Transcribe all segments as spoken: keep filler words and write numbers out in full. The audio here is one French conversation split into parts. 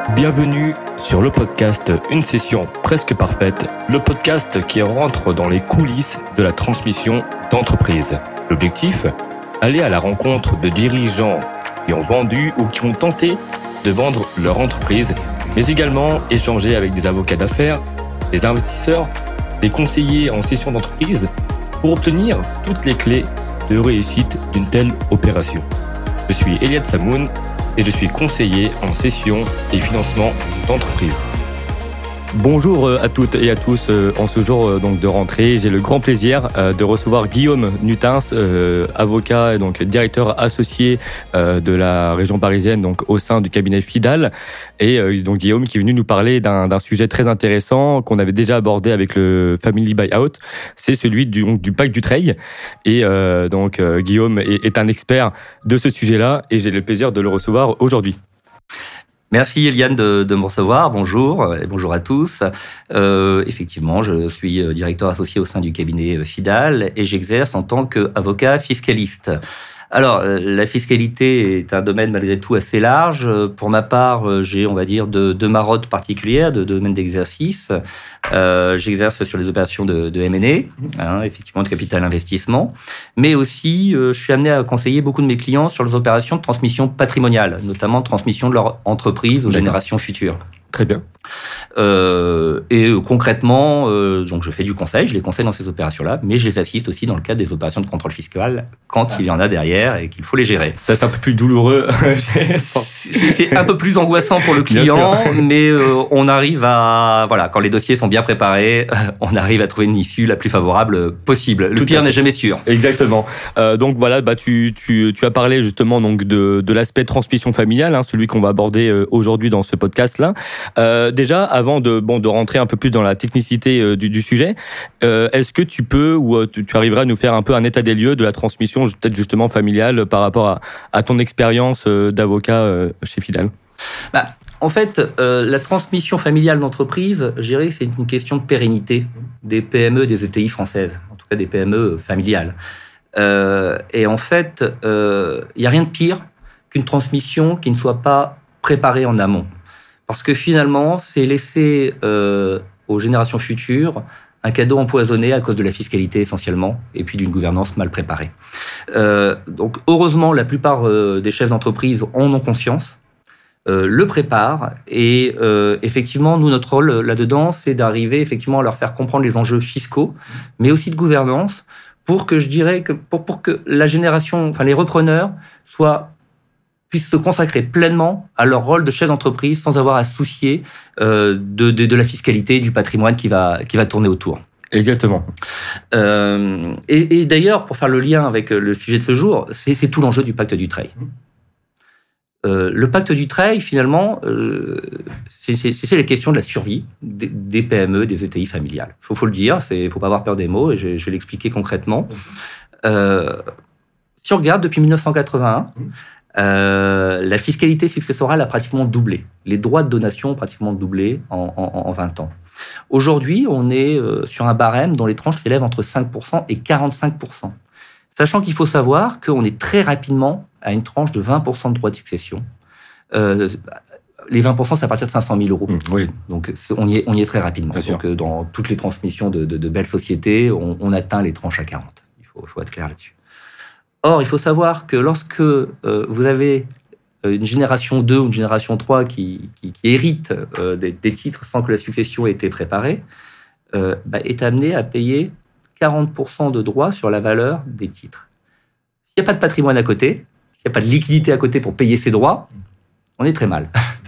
Bienvenue sur le podcast Une session presque parfaite, le podcast qui rentre dans les coulisses de la transmission d'entreprise. L'objectif, aller à la rencontre de dirigeants qui ont vendu ou qui ont tenté de vendre leur entreprise, mais également échanger avec des avocats d'affaires, des investisseurs, des conseillers en session d'entreprise pour obtenir toutes les clés de réussite d'une telle opération. Je suis Eliade Samoun et je suis conseiller en cession et financement d'entreprise. Bonjour à toutes et à tous. En ce jour donc de rentrée, j'ai le grand plaisir de recevoir Guillaume Nutins, avocat et donc directeur associé de la région parisienne, donc au sein du cabinet Fidal. Et donc Guillaume qui est venu nous parler d'un, d'un sujet très intéressant qu'on avait déjà abordé avec le Family Buyout. C'est celui du, donc, du pacte Dutreil. Et euh, donc euh, Guillaume est, est un expert de ce sujet-là et j'ai le plaisir de le recevoir aujourd'hui. Merci Eliane de, de me recevoir. Bonjour et bonjour à tous. Euh, effectivement, je suis directeur associé au sein du cabinet Fidal et j'exerce en tant qu'avocat fiscaliste. Alors, la fiscalité est un domaine malgré tout assez large. Pour ma part, j'ai, on va dire, deux, deux marottes particulières, deux domaines d'exercice. Euh, j'exerce sur les opérations de, de M and A, hein, effectivement de capital investissement, mais aussi euh, je suis amené à conseiller beaucoup de mes clients sur les opérations de transmission patrimoniale, notamment transmission de leur entreprise aux D'accord. générations futures. Très bien. Euh, et euh, concrètement, euh, donc je fais du conseil, je les conseille dans ces opérations-là, mais je les assiste aussi dans le cadre des opérations de contrôle fiscal quand ah. il y en a derrière et qu'il faut les gérer. Ça, c'est un peu plus douloureux. c'est, c'est un peu plus angoissant pour le client, mais euh, on arrive à, voilà, quand les dossiers sont bien préparés, on arrive à trouver une issue la plus favorable possible. Le Tout pire n'est jamais sûr. Exactement. Euh, donc voilà, bah tu tu tu as parlé justement donc de de l'aspect transmission familiale, hein, celui qu'on va aborder euh, aujourd'hui dans ce podcast-là. Euh, déjà, avant de bon de rentrer un peu plus dans la technicité euh, du, du sujet, euh, est-ce que tu peux ou euh, tu, tu arriveras à nous faire un peu un état des lieux de la transmission peut-être justement familiale par rapport à, à ton expérience euh, d'avocat euh, chez Fidal? Bah, en fait, euh, la transmission familiale d'entreprise, je dirais que c'est une question de pérennité des P M E, des E T I françaises, en tout cas des P M E familiales. Euh, et en fait, il euh, n'y a rien de pire qu'une transmission qui ne soit pas préparée en amont. Parce que finalement, c'est laisser euh, aux générations futures un cadeau empoisonné à cause de la fiscalité essentiellement, et puis d'une gouvernance mal préparée. Euh, donc heureusement, la plupart euh, des chefs d'entreprise en ont conscience, euh, le préparent, et euh, effectivement, nous, notre rôle là-dedans, c'est d'arriver effectivement à leur faire comprendre les enjeux fiscaux, mais aussi de gouvernance, pour que je dirais que pour, pour que la génération, enfin les repreneurs, soient puissent se consacrer pleinement à leur rôle de chef d'entreprise sans avoir à se soucier euh, de, de, de la fiscalité et du patrimoine qui va, qui va tourner autour. Exactement. Euh, et, et d'ailleurs, pour faire le lien avec le sujet de ce jour, c'est, c'est tout l'enjeu du pacte Dutreil. Euh, le pacte Dutreil, finalement, euh, c'est, c'est, c'est la question de la survie des, des P M E, des E T I familiales. Il faut, faut le dire, il ne faut pas avoir peur des mots, et je, je vais l'expliquer concrètement. Euh, si on regarde depuis dix-neuf cent quatre-vingt-un, Euh, la fiscalité successorale a pratiquement doublé. Les droits de donation ont pratiquement doublé en, en, en vingt ans. Aujourd'hui, on est euh, sur un barème dont les tranches s'élèvent entre cinq pour cent et quarante-cinq pour cent. Sachant qu'il faut savoir qu'on est très rapidement à une tranche de vingt pour cent de droits de succession. Euh, les vingt pour cent, c'est à partir de cinq cent mille euros. Mmh, oui. Donc, on y est, on y est très rapidement. Bien Donc, sûr. dans toutes les transmissions de, de, de belles sociétés, on, on atteint les tranches à quarante. Il faut, il faut être clair là-dessus. Or, il faut savoir que lorsque euh, vous avez une génération deux ou une génération trois qui, qui, qui hérite euh, des, des titres sans que la succession ait été préparée, euh, bah, est amené à payer quarante pour cent de droits sur la valeur des titres. S'il n'y a pas de patrimoine à côté, s'il n'y a pas de liquidité à côté pour payer ses droits, on est très mal.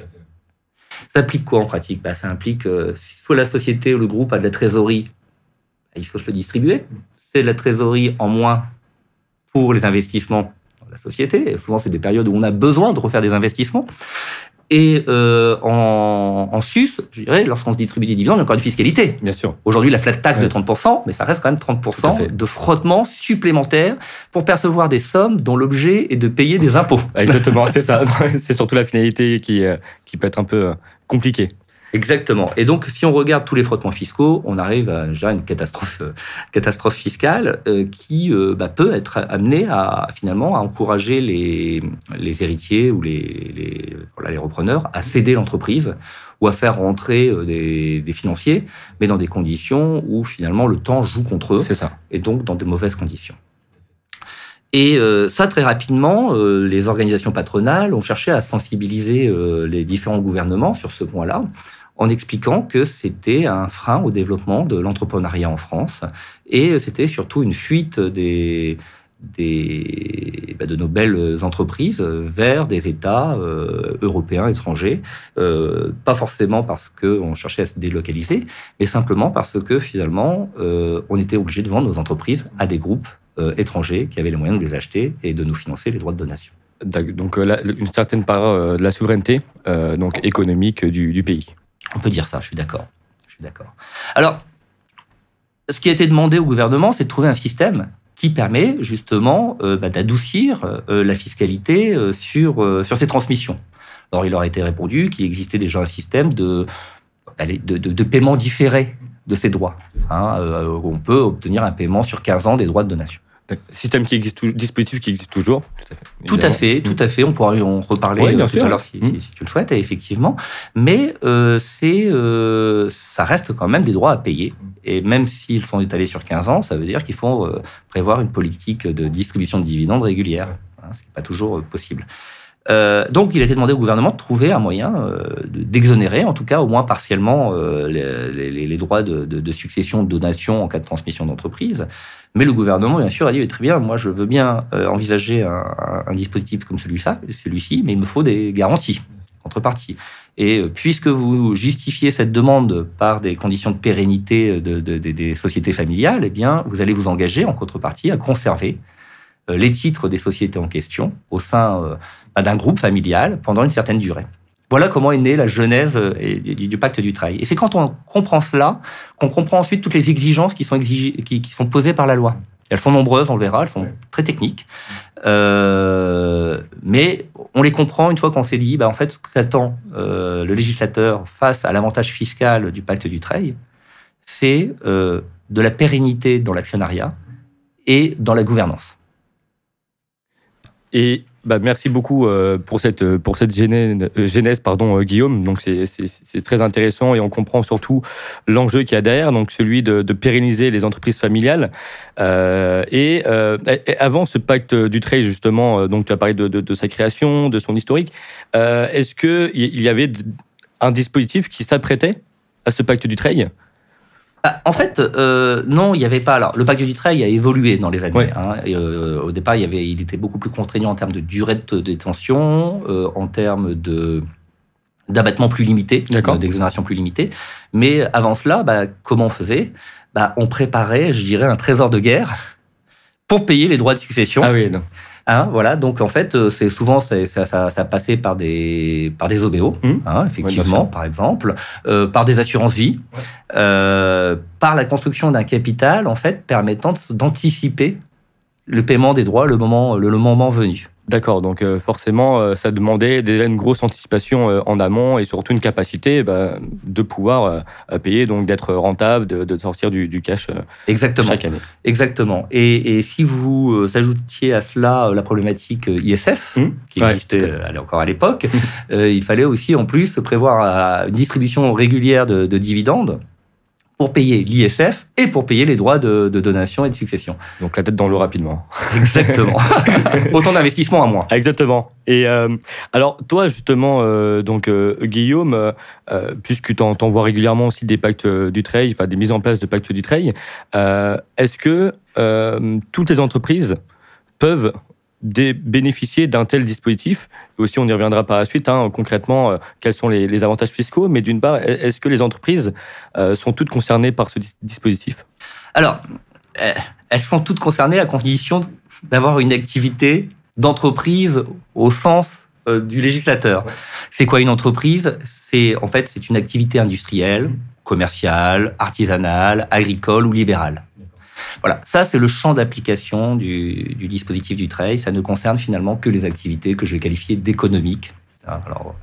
Ça implique quoi en pratique? Bah, ça implique que si soit la société ou le groupe a de la trésorerie, bah, il faut se le distribuer. C'est de la trésorerie en moins pour les investissements dans la société. Et souvent, c'est des périodes où on a besoin de refaire des investissements. Et euh, en, en sus, je dirais, lorsqu'on se distribue des dividendes, il y a encore une fiscalité. Bien sûr. Aujourd'hui, la flat tax ouais. de trente pour cent, mais ça reste quand même trente pour cent de frottement supplémentaire pour percevoir des sommes dont l'objet est de payer des impôts. Exactement, c'est ça. C'est surtout la finalité qui, qui peut être un peu compliquée. Exactement. Et donc, si on regarde tous les frottements fiscaux, on arrive à déjà une catastrophe, euh, catastrophe fiscale euh, qui euh, bah, peut être amenée à finalement à encourager les, les héritiers ou les, les, voilà, les repreneurs à céder l'entreprise ou à faire rentrer euh, des, des financiers, mais dans des conditions où finalement le temps joue contre eux. C'est ça. Et donc dans de mauvaises conditions. Et euh, ça, très rapidement, euh, les organisations patronales ont cherché à sensibiliser euh, les différents gouvernements sur ce point-là, en expliquant que c'était un frein au développement de l'entrepreneuriat en France, et c'était surtout une fuite des, des, bah, de nos belles entreprises vers des États euh, européens, étrangers, euh, pas forcément parce qu'on cherchait à se délocaliser, mais simplement parce que finalement, euh, on était obligé de vendre nos entreprises à des groupes euh, étrangers qui avaient les moyens de les acheter et de nous financer les droits de donation. Donc euh, là, une certaine part euh, de la souveraineté euh, donc économique du, du pays. On peut dire ça, je suis d'accord. Je suis d'accord. Alors, ce qui a été demandé au gouvernement, c'est de trouver un système qui permet justement euh, bah, d'adoucir euh, la fiscalité euh, sur, euh, sur ces transmissions. Alors, il leur a été répondu qu'il existait déjà un système de, de, de, de paiement différé de ces droits. Hein, euh, on peut obtenir un paiement sur quinze ans des droits de donation. Système qui existe, dispositif qui existe toujours. Tout à fait. Tout à fait, tout à fait. On pourra en reparler oui, euh, tout sûr. à l'heure si, mmh. si, si tu le souhaites, effectivement. Mais euh, c'est, euh, ça reste quand même des droits à payer. Et même s'ils sont étalés sur quinze ans, ça veut dire qu'il faut euh, prévoir une politique de distribution de dividendes régulière, hein, ce qui n'est pas toujours euh, possible. Euh, donc, il a été demandé au gouvernement de trouver un moyen euh, d'exonérer, en tout cas au moins partiellement, euh, les, les, les droits de, de, de succession, de donation en cas de transmission d'entreprise. Mais le gouvernement, bien sûr, a dit très bien, moi je veux bien euh, envisager un, un, un dispositif comme celui-ci, celui-ci, mais il me faut des garanties, contreparties. Et euh, puisque vous justifiez cette demande par des conditions de pérennité de, de, de, des sociétés familiales, eh bien, vous allez vous engager en contrepartie à conserver euh, les titres des sociétés en question au sein euh, bah, d'un groupe familial pendant une certaine durée. Voilà comment est née la genèse du pacte du travail. Et c'est quand on comprend cela qu'on comprend ensuite toutes les exigences qui sont, exigées, qui, qui sont posées par la loi. Elles sont nombreuses, on le verra, elles sont très techniques. Euh, mais on les comprend une fois qu'on s'est dit, bah, en fait, ce qu'attend euh, le législateur face à l'avantage fiscal du pacte du travail, c'est euh, de la pérennité dans l'actionnariat et dans la gouvernance. Et bah, merci beaucoup euh, pour cette, pour cette genèse, euh, genèse pardon, euh, Guillaume. Donc c'est, c'est, c'est très intéressant et on comprend surtout l'enjeu qu'il y a derrière, donc celui de, de pérenniser les entreprises familiales. Euh, et, euh, et avant ce pacte du trade, justement, euh, donc tu as parlé de, de, de sa création, de son historique. Euh, est-ce qu'il y avait un dispositif qui s'apprêtait à ce pacte du trade ? Ah, en fait, euh, non, il n'y avait pas. Alors, le pacte du travail a évolué dans les années. Ouais. Hein, et, euh, au départ, il, y avait, il était beaucoup plus contraignant en termes de durée de détention, euh, en termes de d'abattement plus limité, D'accord. d'exonération plus limitée. Mais avant cela, bah, comment on faisait ? Bah, on préparait, je dirais, un trésor de guerre pour payer les droits de succession. Ah oui, non. Hein, voilà, donc en fait, c'est souvent c'est, ça, ça, ça passait par des par des O B O, mmh. hein, effectivement, ouais, par exemple, euh, par des assurances vie, ouais. euh, par la construction d'un capital en fait permettant d'anticiper le paiement des droits le moment le, le moment venu. D'accord, donc euh, forcément, euh, ça demandait déjà une grosse anticipation euh, en amont et surtout une capacité bah, de pouvoir euh, payer, donc d'être rentable, de, de sortir du, du cash euh, Exactement. chaque année. Exactement. Et, et si vous euh, ajoutiez à cela euh, la problématique euh, I S F, mmh. qui existait ouais, euh, encore à l'époque, euh, il fallait aussi en plus prévoir euh, une distribution régulière de, de dividendes pour payer l'I S F et pour payer les droits de, de donation et de succession. Donc la tête dans l'eau rapidement. Exactement. Autant d'investissements à moins. Exactement. Et euh, alors toi justement, euh, donc euh, Guillaume, euh, puisque tu en vois régulièrement aussi des pactes du trade, enfin des mises en place de pactes du trade, euh, est-ce que euh, toutes les entreprises peuvent de bénéficier d'un tel dispositif? Aussi, on y reviendra par la suite, hein, concrètement, euh, quels sont les, les avantages fiscaux, mais d'une part, est-ce que les entreprises euh, sont toutes concernées par ce dis- dispositif? Alors, euh, elles sont toutes concernées à condition d'avoir une activité d'entreprise au sens euh, du législateur. Ouais. C'est quoi une entreprise ? C'est, en fait, c'est une activité industrielle, commerciale, artisanale, agricole ou libérale. Voilà, ça c'est le champ d'application du, du dispositif du trade. Ça ne concerne finalement que les activités que je vais qualifier d'économiques. Alors,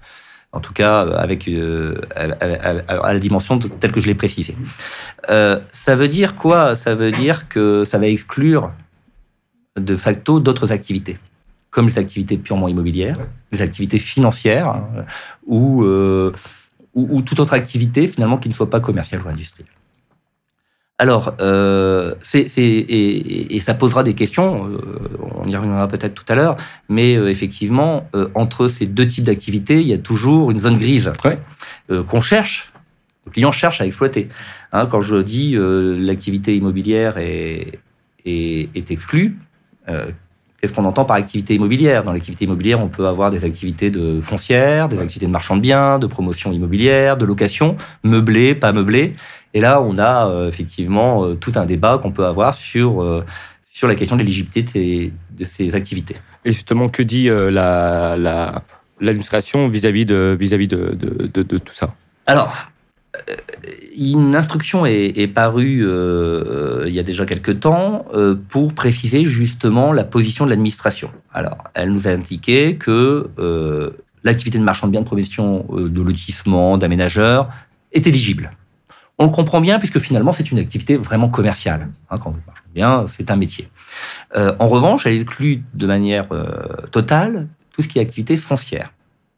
En tout cas, avec euh, à, à, à la dimension telle que je l'ai précisée. Euh, ça veut dire quoi? Ça veut dire que ça va exclure de facto d'autres activités, comme les activités purement immobilières, les activités financières, hein, ou, euh, ou, ou toute autre activité finalement qui ne soit pas commerciale ou industrielle. Alors, euh, c'est, c'est, et, et ça posera des questions, euh, on y reviendra peut-être tout à l'heure, mais euh, effectivement, euh, entre ces deux types d'activités, il y a toujours une zone grise ouais. euh, qu'on cherche, le client cherche à exploiter. Hein, quand je dis euh, l'activité immobilière est, est, est exclue, euh, qu'est-ce qu'on entend par activité immobilière? Dans l'activité immobilière, on peut avoir des activités de foncière, des ouais. activités de marchand de biens, de promotion immobilière, de location, meublé, pas meublé. Et là, on a euh, effectivement euh, tout un débat qu'on peut avoir sur, euh, sur la question de l'éligibilité de ces, de ces activités. Et justement, que dit euh, la, la, l'administration vis-à-vis de, vis-à-vis de, de, de, de tout ça? Alors, euh, une instruction est, est parue euh, il y a déjà quelques temps euh, pour préciser justement la position de l'administration. Alors, elle nous a indiqué que euh, l'activité de marchand de biens, de promotion euh, de lotissement, d'aménageur est éligible. On le comprend bien puisque finalement c'est une activité vraiment commerciale. Hein, quand on marche bien, c'est un métier. Euh, en revanche, elle exclut de manière euh, totale tout ce qui est activité foncière.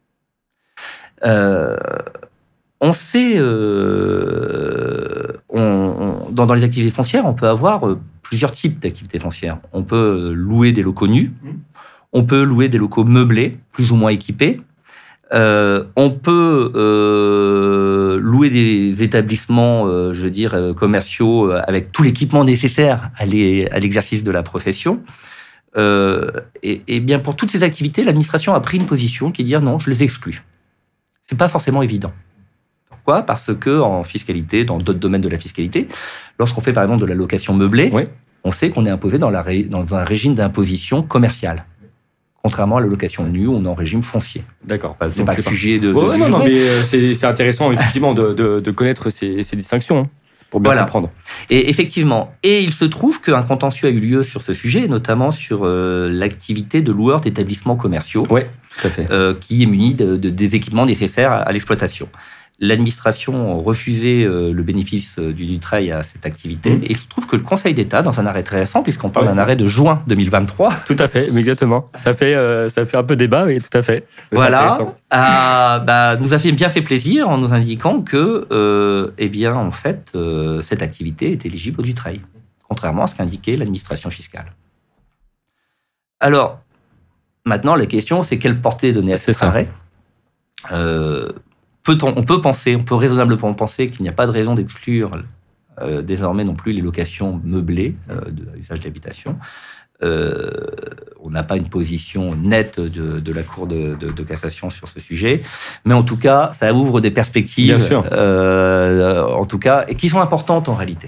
Euh, on sait, euh, on, on, dans, dans les activités foncières, on peut avoir euh, plusieurs types d'activités foncières. On peut louer des locaux nus, on peut louer des locaux meublés, plus ou moins équipés. Euh, on peut euh, louer des établissements, euh, je veux dire, euh, commerciaux euh, avec tout l'équipement nécessaire à, les, à l'exercice de la profession. Euh, et, et bien pour toutes ces activités, l'administration a pris une position qui est de dire non, je les exclus. C'est pas forcément évident. Pourquoi? Parce que en fiscalité, dans d'autres domaines de la fiscalité, lorsqu'on fait par exemple de la location meublée, oui. on sait qu'on est imposé dans, la, dans un régime d'imposition commerciale. Contrairement à la location nue, on est en régime foncier. D'accord. Enfin, c'est Donc pas le sujet de, ouais, de non, non, mais c'est, c'est intéressant effectivement de, de, de connaître ces, ces distinctions hein, pour bien voilà. comprendre. Et effectivement, et il se trouve qu'un contentieux a eu lieu sur ce sujet, notamment sur euh, l'activité de loueur d'établissements commerciaux, ouais, tout à fait. Euh, qui est muni de, de, des équipements nécessaires à, à l'exploitation. L'administration refusait euh, le bénéfice euh, du, du travail à cette activité. Mmh. Et il se trouve que le Conseil d'État, dans un arrêt très récent, puisqu'on parle ouais. d'un arrêt de juin deux mille vingt-trois... Tout à fait, exactement. Ça fait, euh, ça fait un peu débat, oui, tout à fait. Mais voilà, euh, bah, nous a fait bien fait plaisir en nous indiquant que, euh, eh bien, en fait, euh, cette activité est éligible au Dutreil, contrairement à ce qu'indiquait l'administration fiscale. Alors, maintenant, la question, c'est quelle portée donner à cet arrêt euh, Peut-on, on peut penser, on peut raisonnablement penser qu'il n'y a pas de raison d'exclure euh, désormais non plus les locations meublées euh, d'usage d'habitation. Euh, on n'a pas une position nette de, de la Cour de, de, de cassation sur ce sujet, mais en tout cas, ça ouvre des perspectives, Bien sûr. Euh, en tout cas, et qui sont importantes en réalité.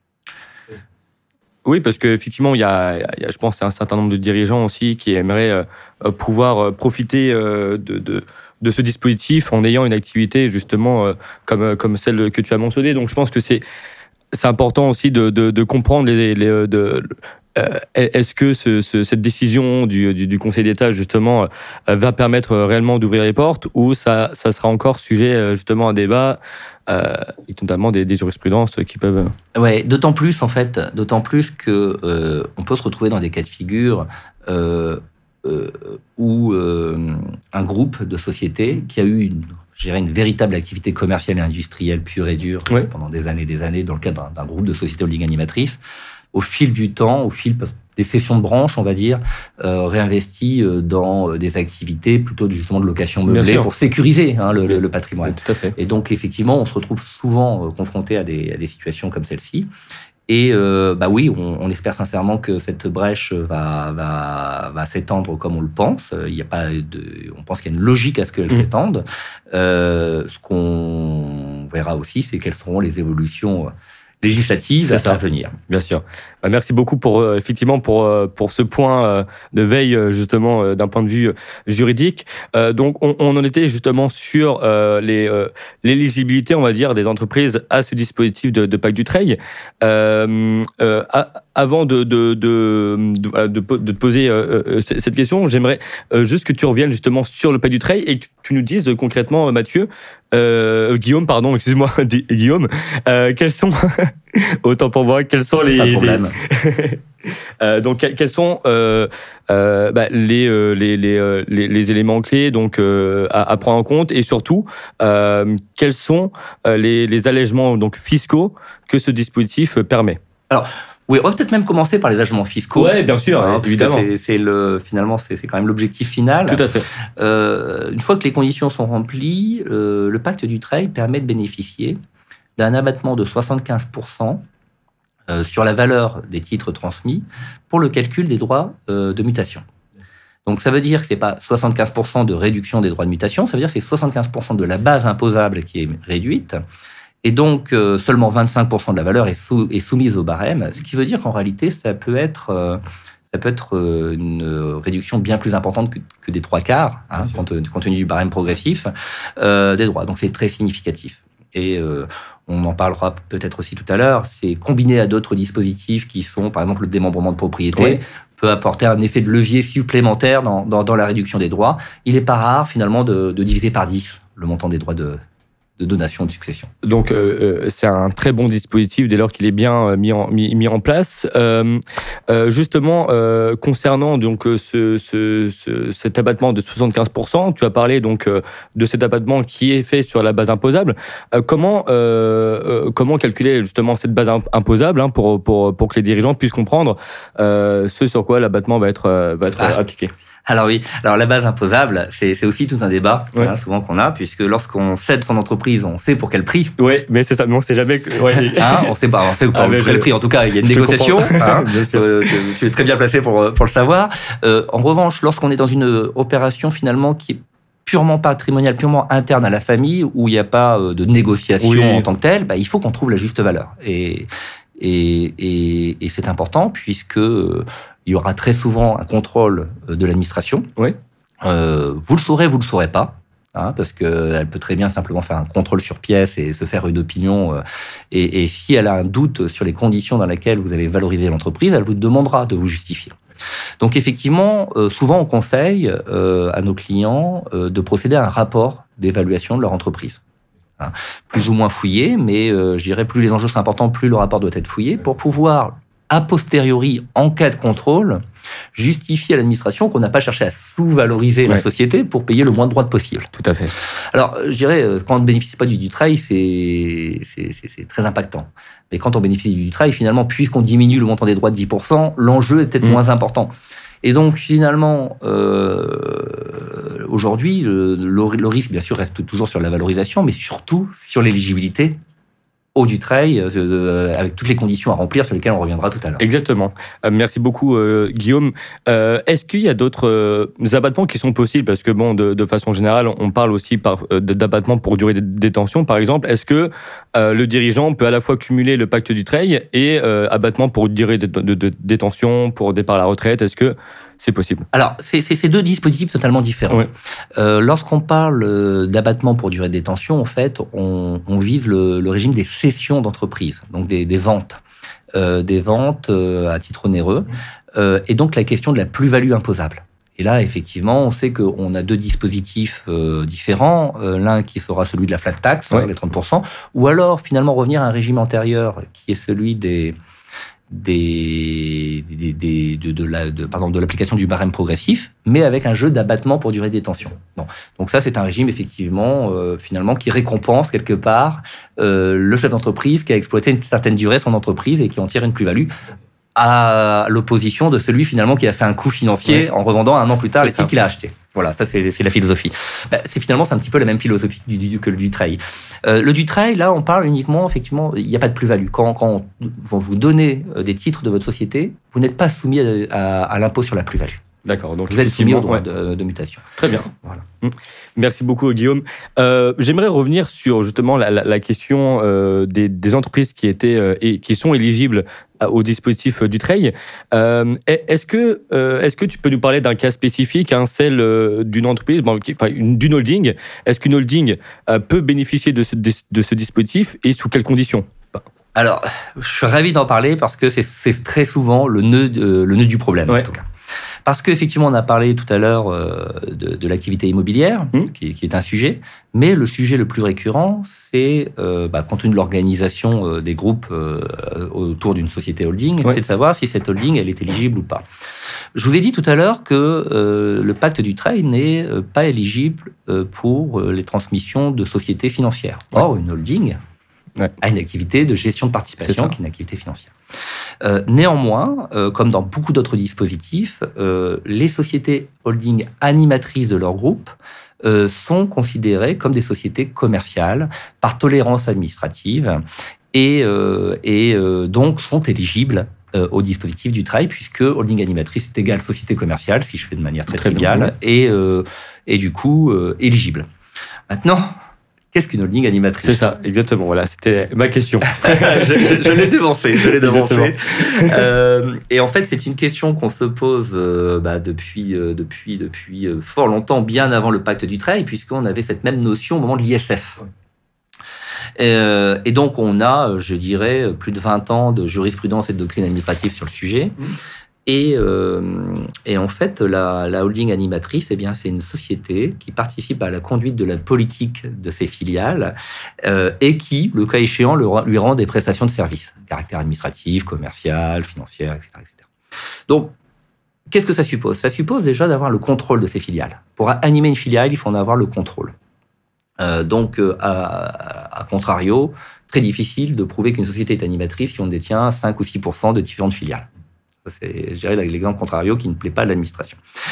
Oui, parce qu'effectivement, il y a, il y a, je pense, un certain nombre de dirigeants aussi qui aimeraient euh, pouvoir profiter euh, de, de de ce dispositif en ayant une activité justement euh, comme, comme celle que tu as mentionnée. Donc je pense que c'est, c'est important aussi de, de, de comprendre les, les, de, euh, est-ce que ce, ce, cette décision du, du, du Conseil d'État justement euh, va permettre réellement d'ouvrir les portes ou ça, ça sera encore sujet justement à débat euh, et notamment des, des jurisprudences qui peuvent... Ouais, d'autant plus en fait, d'autant plus que euh, on peut se retrouver dans des cas de figure euh, Euh, où euh, un groupe de sociétés qui a eu une, je dirais, une véritable activité commerciale et industrielle pure et dure oui. pendant des années et des années dans le cadre d'un, d'un groupe de sociétés holding animatrices, au fil du temps, au fil des cessions de branches, on va dire, euh, réinvesti dans des activités plutôt justement de location meublée pour sécuriser hein, le, le, le patrimoine. Oui, tout à fait. Et donc effectivement, on se retrouve souvent confronté à des, à des situations comme celle-ci. Et euh, bah oui, on, on espère sincèrement que cette brèche va, va, va s'étendre comme on le pense. Il y a pas de, on pense qu'il y a une logique à ce qu'elle mmh. s'étende. Euh, ce qu'on verra aussi, c'est quelles seront les évolutions législatives à venir. Bien sûr. Merci beaucoup pour euh, effectivement pour euh, pour ce point euh, de veille euh, justement euh, d'un point de vue juridique. Euh, donc on, on en était justement sur euh, les euh, l'éligibilité, on va dire, des entreprises à ce dispositif de, de Pacte Dutreil. Euh, euh, à, avant de de de, de, de, de te poser euh, cette question, j'aimerais euh, juste que tu reviennes justement sur le Pacte Dutreil et que tu nous dises concrètement, Mathieu, euh, Guillaume, pardon, excuse-moi, Guillaume, euh, quels sont autant pour moi, quels sont les, Pas de problème. les... euh, donc quels sont euh, euh, bah, les, euh, les, les, les les éléments clés donc euh, à, à prendre en compte et surtout euh, quels sont les, les allègements donc fiscaux que ce dispositif permet. Alors oui, on va peut-être même commencer par les allègements fiscaux. Oui, bien sûr, hein, évidemment. C'est, c'est le, finalement, c'est, c'est quand même l'objectif final. Tout à fait. Euh, une fois que les conditions sont remplies, euh, le Pacte Dutreil permet de bénéficier d'un abattement de soixante-quinze pour cent euh, sur la valeur des titres transmis pour le calcul des droits euh, de mutation. Donc ça veut dire que ce n'est pas soixante-quinze pour cent de réduction des droits de mutation, ça veut dire que c'est soixante-quinze pour cent de la base imposable qui est réduite. Et donc, euh, seulement vingt-cinq pour cent de la valeur est, sous, est soumise au barème, ce qui veut dire qu'en réalité, ça peut être, euh, ça peut être euh, une réduction bien plus importante que, que des trois quarts, hein, compte, compte tenu du barème progressif euh, des droits. Donc, c'est très significatif. Et euh, on en parlera peut-être aussi tout à l'heure, c'est combiné à d'autres dispositifs qui sont, par exemple, le démembrement de propriété, oui. peut apporter un effet de levier supplémentaire dans, dans, dans la réduction des droits. Il n'est pas rare, finalement, de, de diviser par dix le montant des droits de... de donation de succession. Donc, euh, c'est un très bon dispositif dès lors qu'il est bien mis en, mis, mis en place. Euh, euh, justement, euh, concernant donc, ce, ce, ce, cet abattement de soixante-quinze pour cent, tu as parlé donc, euh, de cet abattement qui est fait sur la base imposable. Euh, comment, euh, comment calculer justement cette base imposable hein, pour, pour, pour que les dirigeants puissent comprendre euh, ce sur quoi l'abattement va être, va être ah. appliqué? Alors oui, alors la base imposable, c'est, c'est aussi tout un débat ouais. hein, souvent qu'on a, puisque lorsqu'on cède son entreprise, on sait pour quel prix. Oui, mais c'est ça, mais on sait jamais. Que... Ouais. hein, on sait pas, on sait pas ah, pour quel je... prix. En tout cas, il y a une négociation. Hein, euh, tu es très bien placé pour pour le savoir. Euh, en revanche, lorsqu'on est dans une opération finalement qui est purement patrimoniale, purement interne à la famille, où il n'y a pas de négociation oui. en tant que telle, bah, il faut qu'on trouve la juste valeur. Et et et, et c'est important puisque il y aura très souvent un contrôle de l'administration. Oui. Euh, vous le saurez, vous le saurez pas, hein, parce qu'elle peut très bien simplement faire un contrôle sur pièce et se faire une opinion. Euh, et, et si elle a un doute sur les conditions dans lesquelles vous avez valorisé l'entreprise, elle vous demandera de vous justifier. Donc effectivement, euh, souvent on conseille euh, à nos clients euh, de procéder à un rapport d'évaluation de leur entreprise. Hein, plus ou moins fouillé, mais euh, je dirais plus les enjeux sont importants, plus le rapport doit être fouillé pour pouvoir a posteriori, en cas de contrôle, justifier à l'administration qu'on n'a pas cherché à sous-valoriser ouais. la société pour payer le moins de droits possible. Tout à fait. Alors, je dirais, quand on ne bénéficie pas du Dutreil, c'est, c'est, c'est, c'est très impactant. Mais quand on bénéficie du Dutreil, finalement, puisqu'on diminue le montant des droits de dix pour cent, l'enjeu est peut-être mmh. moins important. Et donc, finalement, euh, aujourd'hui, le, le, le risque, bien sûr, reste toujours sur la valorisation, mais surtout sur l'éligibilité au Dutreil, euh, avec toutes les conditions à remplir sur lesquelles on reviendra tout à l'heure. Exactement. Euh, merci beaucoup, euh, Guillaume. Euh, est-ce qu'il y a d'autres euh, abattements qui sont possibles? Parce que, bon, de, de façon générale, on parle aussi par, euh, d'abattements pour durée de détention, par exemple. Est-ce que euh, le dirigeant peut à la fois cumuler le Pacte Dutreil et euh, abattement pour durée de, de, de détention, pour départ à la retraite? Est-ce que c'est possible? Alors, c'est, c'est, c'est deux dispositifs totalement différents. Oui. Euh, lorsqu'on parle d'abattement pour durée de détention, en fait, on, on vise le, le régime des cessions d'entreprise, donc des, des ventes, euh, des ventes euh, à titre onéreux, euh, et donc la question de la plus-value imposable. Et là, effectivement, on sait qu'on a deux dispositifs euh, différents. Euh, l'un qui sera celui de la flat tax, oui. hein, les trente pour cent, ou alors finalement revenir à un régime antérieur qui est celui des... Des, des, des, de, de, la, de, pardon, de l'application du barème progressif, mais avec un jeu d'abattement pour durée de détention. Bon. Donc ça, c'est un régime, effectivement, euh, finalement, qui récompense, quelque part, euh, le chef d'entreprise qui a exploité une certaine durée son entreprise et qui en tire une plus-value, à l'opposition de celui, finalement, qui a fait un coût financier ouais. en revendant un an plus tard les titres qu'il a achetés. Voilà, ça, c'est, c'est la philosophie. Ben, c'est finalement, c'est un petit peu la même philosophie du, du, que le Dutreil. Euh, le Dutreil, là, on parle uniquement, effectivement, il n'y a pas de plus-value. Quand, quand on, vous donnez des titres de votre société, vous n'êtes pas soumis à, à, à l'impôt sur la plus-value. D'accord. Donc vous êtes soumis au droit ouais. de, de mutation. Très bien. Voilà. Merci beaucoup, Guillaume. Euh, j'aimerais revenir sur justement la, la, la question euh, des, des entreprises qui étaient euh, et qui sont éligibles au dispositif du Trade. Euh, est-ce que euh, est-ce que tu peux nous parler d'un cas spécifique, hein, celle euh, d'une entreprise, bon, qui, enfin, une, d'une holding. Est-ce qu'une holding euh, peut bénéficier de ce, de, de ce dispositif et sous quelles conditions? Alors, je suis ravi d'en parler parce que c'est, c'est très souvent le nœud, de, le nœud du problème, ouais. en tout cas. Parce qu'effectivement, on a parlé tout à l'heure euh, de, de l'activité immobilière, mmh. qui, qui est un sujet, mais le sujet le plus récurrent, c'est, euh, bah, compte tenu de l'organisation euh, des groupes euh, autour d'une société holding, ouais. c'est de savoir si cette holding, elle est éligible ou pas. Je vous ai dit tout à l'heure que euh, le pacte du Trade n'est euh, pas éligible euh, pour euh, les transmissions de sociétés financières. Ouais. Or, une holding ouais. a une activité de gestion de participation qui est une activité financière. Euh, néanmoins, euh, comme dans beaucoup d'autres dispositifs, euh, les sociétés holding animatrices de leur groupe euh, sont considérées comme des sociétés commerciales par tolérance administrative et, euh, et euh, donc sont éligibles euh, au dispositif du Trade, puisque holding animatrice est égal société commerciale, si je fais de manière très, très triviale, et, euh, et du coup euh, éligible. Maintenant, qu'est-ce qu'une holding animatrice? C'est ça, exactement. Voilà, c'était ma question. je, je, je l'ai devancé, je l'ai devancé. Euh, et en fait, c'est une question qu'on se pose euh, bah, depuis, euh, depuis, depuis euh, fort longtemps, bien avant le pacte du Trade, puisqu'on avait cette même notion au moment de l'I S F. Ouais. Euh, et donc, on a, je dirais, plus de vingt ans de jurisprudence et de doctrine administrative sur le sujet. Mmh. Et, euh, et en fait, la, la holding animatrice, eh bien, c'est une société qui participe à la conduite de la politique de ses filiales euh, et qui, le cas échéant, le, lui rend des prestations de services, caractère administratif, commercial, financier, et cetera, et cetera. Donc, qu'est-ce que ça suppose? Ça suppose déjà d'avoir le contrôle de ses filiales. Pour animer une filiale, il faut en avoir le contrôle. Euh, donc, euh, à, à contrario, très difficile de prouver qu'une société est animatrice si on détient cinq ou six pour cent de différentes filiales. C'est, je dirais, l'exemple contrario qui ne plaît pas à l'administration.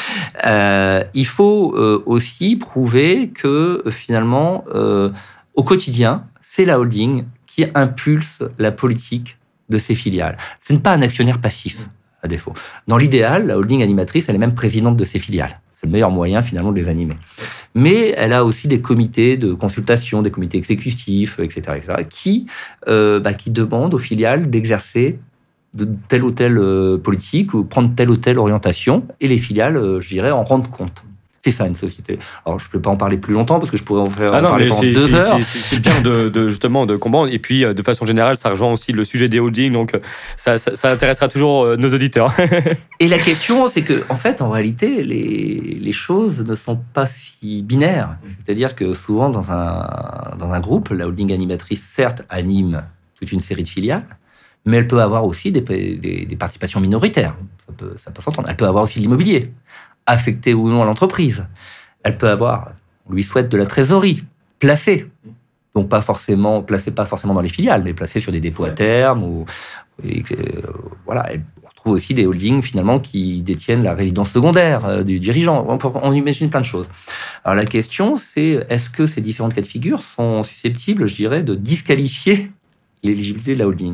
Euh, il faut euh, aussi prouver que, finalement, euh, au quotidien, c'est la holding qui impulse la politique de ses filiales. Ce n'est pas un actionnaire passif, à défaut. Dans l'idéal, la holding animatrice, elle est même présidente de ses filiales. C'est le meilleur moyen, finalement, de les animer. Mais elle a aussi des comités de consultation, des comités exécutifs, et cetera, et cetera qui, euh, bah, qui demandent aux filiales d'exercer de telle ou telle euh, politique ou prendre telle ou telle orientation, et les filiales, euh, je dirais, en rendent compte. C'est ça, une société. Alors, je ne peux pas en parler plus longtemps, parce que je pourrais en faire ah non, en parler pendant c'est, deux c'est, heures. C'est, c'est bien de, de, justement, de comprendre. Et puis, de façon générale, ça rejoint aussi le sujet des holdings, donc ça, ça, ça intéressera toujours nos auditeurs. Et la question, c'est que, en fait, en réalité, les, les choses ne sont pas si binaires. C'est-à-dire que souvent, dans un, dans un groupe, la holding animatrice, certes, anime toute une série de filiales, mais elle peut avoir aussi des, des, des participations minoritaires. Ça peut, ça peut s'entendre. Elle peut avoir aussi de l'immobilier, affecté ou non à l'entreprise. Elle peut avoir, on lui souhaite, de la trésorerie, placée. Donc, pas forcément, placée pas forcément dans les filiales, mais placée sur des dépôts à terme. Ou, et, euh, voilà. Et on retrouve aussi des holdings, finalement, qui détiennent la résidence secondaire euh, du dirigeant. On, on imagine plein de choses. Alors, la question, c'est, est-ce que ces différentes cas de figure sont susceptibles, je dirais, de disqualifier l'éligibilité de la holding?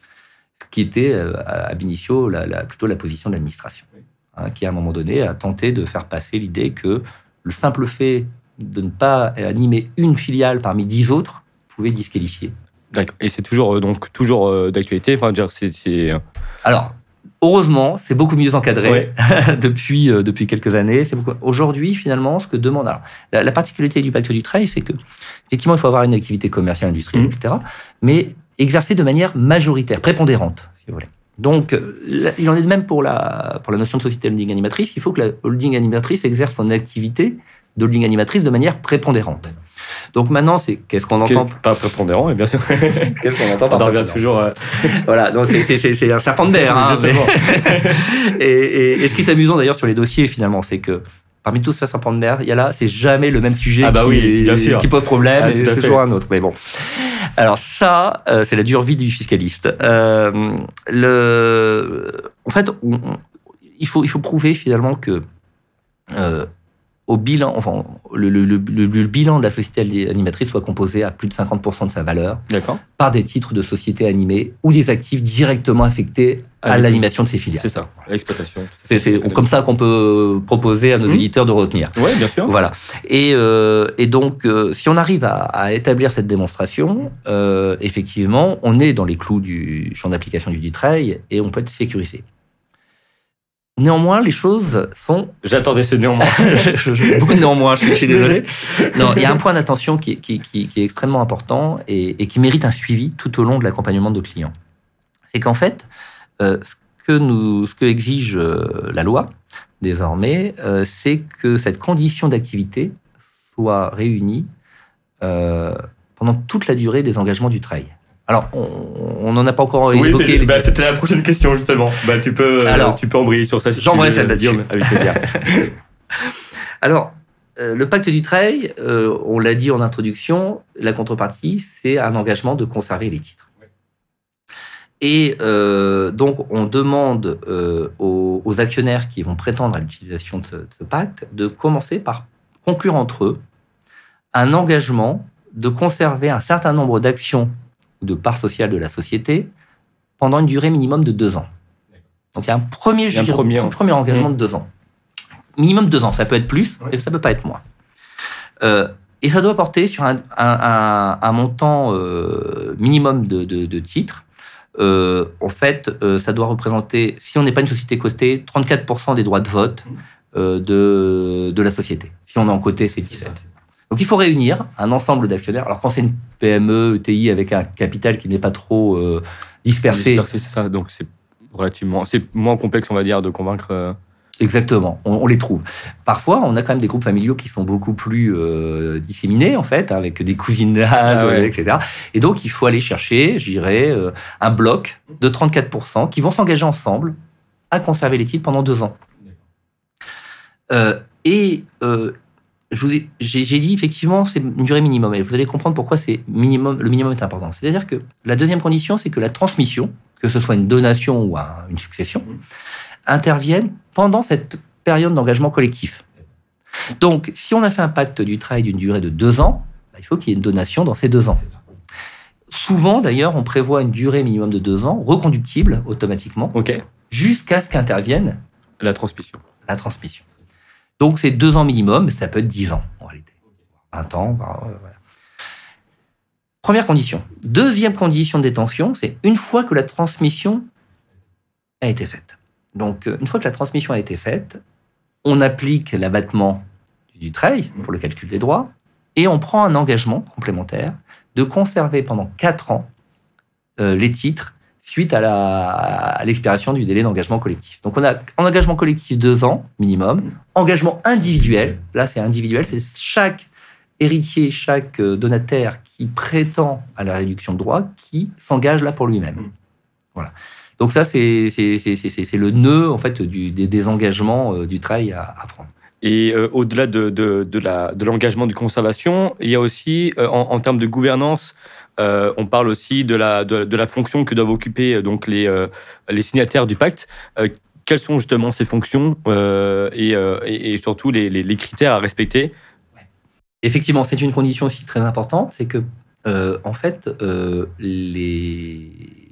Ce qui était euh, ab initio la, la, plutôt la position de l'administration, hein, qui à un moment donné a tenté de faire passer l'idée que le simple fait de ne pas animer une filiale parmi dix autres pouvait disqualifier. D'accord. Et c'est toujours, donc, toujours euh, d'actualité, enfin, dire, c'est, c'est... Alors, heureusement, c'est beaucoup mieux encadré ouais. depuis, euh, depuis quelques années. C'est beaucoup... Aujourd'hui, finalement, ce que demande... Alors, la, la particularité du pacte du Trade, c'est que, effectivement, il faut avoir une activité commerciale, industrielle, mmh. et cetera, mais exercée de manière majoritaire, prépondérante, si vous voulez. Donc, il en est de même pour la, pour la notion de société holding animatrice. Il faut que la holding animatrice exerce son activité d'holding animatrice de manière prépondérante. Donc maintenant, c'est qu'est-ce qu'on entend pas prépondérant, et bien sûr. Qu'est-ce qu'on entend par on revient toujours. Euh... Voilà, donc c'est, c'est, c'est un serpent de mer. Hein, mais... et, et, et ce qui est amusant d'ailleurs sur les dossiers, finalement, c'est que parmi tous ces serpents de mer, il y a là, c'est jamais le même sujet ah bah qui, oui, bien sûr. qui pose problème, ah, et c'est toujours un autre. Mais bon. Alors ça, euh, c'est la dure vie du fiscaliste. Euh, le... En fait, on, on, il, faut, il faut prouver finalement que euh, au bilan, enfin, le, le, le, le, le bilan de la société animatrice soit composé à plus de cinquante pour cent de sa valeur D'accord. par des titres de société animés ou des actifs directement affectés à Avec l'animation de ses filiales. C'est ça, l'exploitation. C'est, c'est comme ça qu'on peut proposer à nos mmh. éditeurs de retenir. Oui, bien sûr. Voilà. Et, euh, et donc, euh, si on arrive à, à établir cette démonstration, euh, effectivement, on est dans les clous du champ d'application du Dutreil et on peut être sécurisé. Néanmoins, les choses sont... J'attendais ce néanmoins. Beaucoup de néanmoins, je suis désolé. Non, il y a un point d'attention qui, qui, qui, qui est extrêmement important et, et qui mérite un suivi tout au long de l'accompagnement de nos clients. C'est qu'en fait, euh, ce, que nous, ce que exige euh, la loi, désormais, euh, c'est que cette condition d'activité soit réunie euh, pendant toute la durée des engagements du Dutreil. Alors, on n'en a pas encore oui, évoqué. Mais, bah, c'était la prochaine question, justement. Bah, tu peux, Alors, euh, tu peux embrayer sur ça. Si j'embraye celle là-dessus. Avec plaisir. Alors, euh, le pacte Dutreil, euh, on l'a dit en introduction, la contrepartie, c'est un engagement de conserver les titres. Oui. Et euh, donc, on demande euh, aux, aux actionnaires qui vont prétendre à l'utilisation de ce, de ce pacte de commencer par conclure entre eux un engagement de conserver un certain nombre d'actions de parts sociales de la société pendant une durée minimum de deux ans. Donc il y a un premier, il y a un premier, un premier engagement mmh. de deux ans. Minimum deux ans, ça peut être plus, oui. et ça peut pas être moins. Euh, et ça doit porter sur un, un, un, un montant euh, minimum de, de, de titres. Euh, en fait, euh, ça doit représenter, si on n'est pas une société cotée, trente-quatre pour cent des droits de vote euh, de, de la société. Si on est en coté, c'est dix-sept pour cent. Donc, il faut réunir un ensemble d'actionnaires. Alors, quand c'est une P M E, E T I avec un capital qui n'est pas trop euh, dispersé... Dispersé, c'est ça. Donc, c'est relativement... C'est moins complexe, on va dire, de convaincre... Euh... Exactement. On, on les trouve. Parfois, on a quand même des groupes familiaux qui sont beaucoup plus euh, disséminés, en fait, hein, avec des cousinades, ah ouais. et cetera. Et donc, il faut aller chercher, je dirais, euh, un bloc de trente-quatre pour cent qui vont s'engager ensemble à conserver les titres pendant deux ans. Euh, et... Euh, Je vous ai, j'ai, j'ai dit effectivement c'est une durée minimum et vous allez comprendre pourquoi c'est minimum, le minimum est important. C'est-à-dire que la deuxième condition, c'est que la transmission, que ce soit une donation ou un, une succession, intervienne pendant cette période d'engagement collectif. Donc, si on a fait un pacte Dutreil d'une durée de deux ans, bah, il faut qu'il y ait une donation dans ces deux ans. Souvent, d'ailleurs, on prévoit une durée minimum de deux ans, reconductible automatiquement, okay. jusqu'à ce qu'intervienne la transmission. La transmission. Donc, c'est deux ans minimum, mais ça peut être dix ans, en réalité. vingt ans, voilà. Première condition. Deuxième condition de détention, c'est une fois que la transmission a été faite. Donc, une fois que la transmission a été faite, on applique l'abattement du Dutreil pour le calcul des droits et on prend un engagement complémentaire de conserver pendant quatre ans euh, les titres suite à, la, à l'expiration du délai d'engagement collectif. Donc, on a en engagement collectif deux ans minimum, engagement individuel, là c'est individuel, c'est chaque héritier, chaque donataire qui prétend à la réduction de droits qui s'engage là pour lui-même. Voilà. Donc ça, c'est, c'est, c'est, c'est, c'est le nœud en fait, du, des, des engagements euh, du Dutreil à, à prendre. Et euh, au-delà de, de, de, la, de l'engagement de conservation, il y a aussi, euh, en, en termes de gouvernance, Euh, on parle aussi de la, de, de la fonction que doivent occuper donc, les, euh, les signataires du pacte. Euh, quelles sont justement ces fonctions euh, et, euh, et, et surtout les, les, les critères à respecter? Effectivement, c'est une condition aussi très importante, c'est que euh, en fait, euh, les,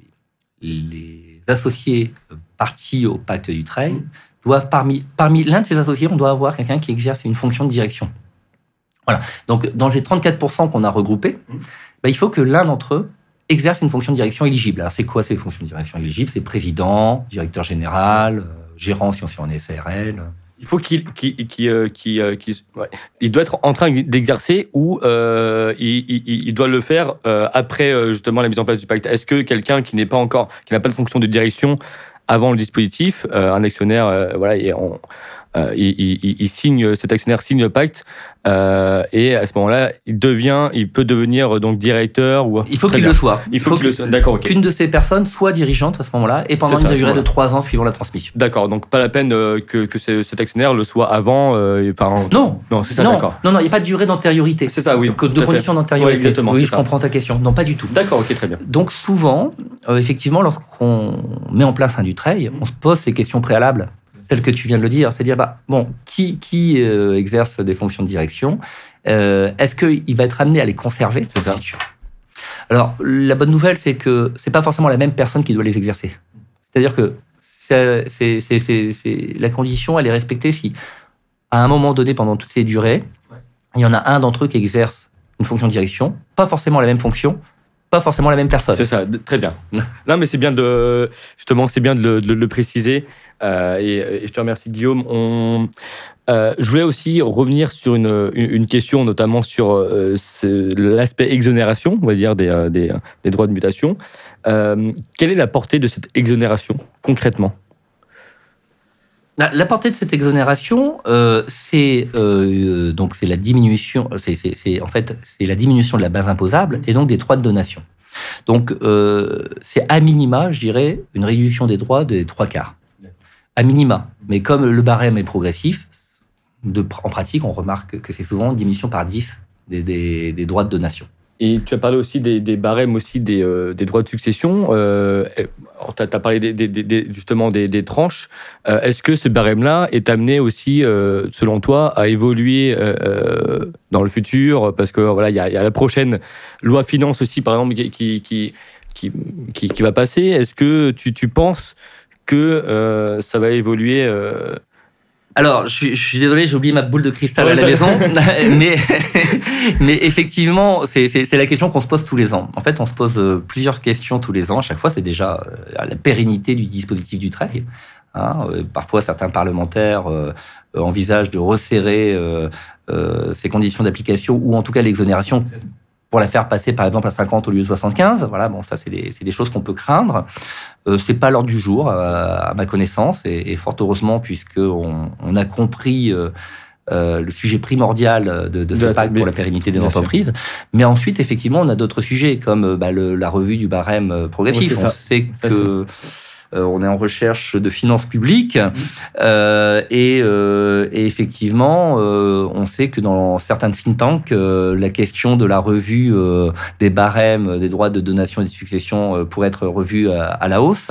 les associés partis au pacte Dutreil mmh. doivent, parmi, parmi l'un de ces associés, on doit avoir quelqu'un qui exerce une fonction de direction. Voilà. Donc, dans les trente-quatre pour cent qu'on a regroupés, mmh. ben, il faut que l'un d'entre eux exerce une fonction de direction éligible. Alors, c'est quoi ces fonctions de direction éligibles? C'est président, directeur général, euh, gérant si on est en S A R L. Il faut qu'il, qu'il, qu'il, euh, qu'il, euh, qu'il ouais. il doit être en train d'exercer ou euh, il, il, il doit le faire euh, après euh, justement la mise en place du pacte. Est-ce que quelqu'un qui n'est pas encore, qui n'a pas de fonction de direction avant le dispositif, euh, un actionnaire, euh, voilà, et on, euh, il, il, il signe, cet actionnaire signe le pacte euh, et à ce moment-là, il devient, il peut devenir donc directeur ou. Il faut qu'il bien. le soit. Il faut, il faut qu'il le soit. D'accord. Okay. Qu'une de ces personnes soit dirigeante à ce moment-là et pendant ça, une durée de trois ans suivant la transmission. D'accord. Donc pas la peine euh, que, que cet actionnaire le soit avant. Euh, enfin, non. Non, c'est ça. Non. D'accord. Non, non, il n'y a pas de durée d'antériorité. C'est ça. Oui. Donc, de condition d'antériorité. Oui, exactement. Oui, je ça. comprends ta question. Non, pas du tout. D'accord. Ok, très bien. Donc souvent, euh, effectivement, lorsqu'on met en place un Dutreil, mmh. on se pose ces questions préalables. tel que tu viens de le dire, c'est-à-dire, bah, bon, qui, qui euh, exerce des fonctions de direction, euh, est-ce qu'il va être amené à les conserver, c'est ça. Alors, la bonne nouvelle, c'est que c'est pas forcément la même personne qui doit les exercer. C'est-à-dire que c'est, c'est, c'est, c'est, c'est, la condition, elle est respectée si, à un moment donné, pendant toutes ces durées, ouais. il y en a un d'entre eux qui exerce une fonction de direction, pas forcément la même fonction, pas forcément la même personne. C'est ça, très bien. Non, mais c'est bien de, justement, c'est bien de le, de le préciser. Euh, et, et je te remercie, Guillaume. On, euh, je voulais aussi revenir sur une, une question, notamment sur euh, l'aspect exonération, on va dire, des, des, des droits de mutation. Euh, quelle est la portée de cette exonération, concrètement ? La, la portée de cette exonération, euh, c'est euh, donc c'est la diminution, c'est, c'est, c'est en fait c'est la diminution de la base imposable et donc des droits de donation. Donc euh, c'est à minima, je dirais, une réduction des droits des trois quarts. À minima. Mais comme le barème est progressif, de, en pratique, on remarque que c'est souvent une diminution par dix des, des, des droits de donation. Et tu as parlé aussi des, des barèmes, aussi des, euh, des droits de succession. Euh, tu as parlé des, des, des, justement des, des tranches. Euh, est-ce que ce barème-là est amené aussi, euh, selon toi, à évoluer euh, dans le futur ? Parce que voilà, il y, y a la prochaine loi finance aussi, par exemple, qui, qui, qui, qui, qui va passer. Est-ce que tu, tu penses que euh, ça va évoluer euh... Alors, je suis, je suis désolé, j'ai oublié ma boule de cristal ouais, à la maison, mais, mais effectivement, c'est, c'est, c'est la question qu'on se pose tous les ans. En fait, on se pose plusieurs questions tous les ans. À chaque fois, c'est déjà la pérennité du dispositif Dutreil. Hein, parfois, certains parlementaires euh, envisagent de resserrer euh, euh, ces conditions d'application, ou en tout cas l'exonération, pour la faire passer, par exemple, à cinquante au lieu de soixante-quinze. Voilà, bon, ça, c'est des, c'est des choses qu'on peut craindre. Euh, c'est pas l'ordre du jour, euh, à ma connaissance, et, et fort heureusement, puisqu'on on a compris euh, euh, le sujet primordial de, de ce pacte pour la pérennité des entreprises. Sûr. Mais ensuite, effectivement, on a d'autres sujets, comme bah, le, la revue du barème progressif. Oui, on sait ça, que... Euh, on est en recherche de finances publiques euh, et, euh, et effectivement, euh, on sait que dans certains think tanks, euh, la question de la revue euh, des barèmes, des droits de donation et de succession euh, pourrait être revue à, à la hausse,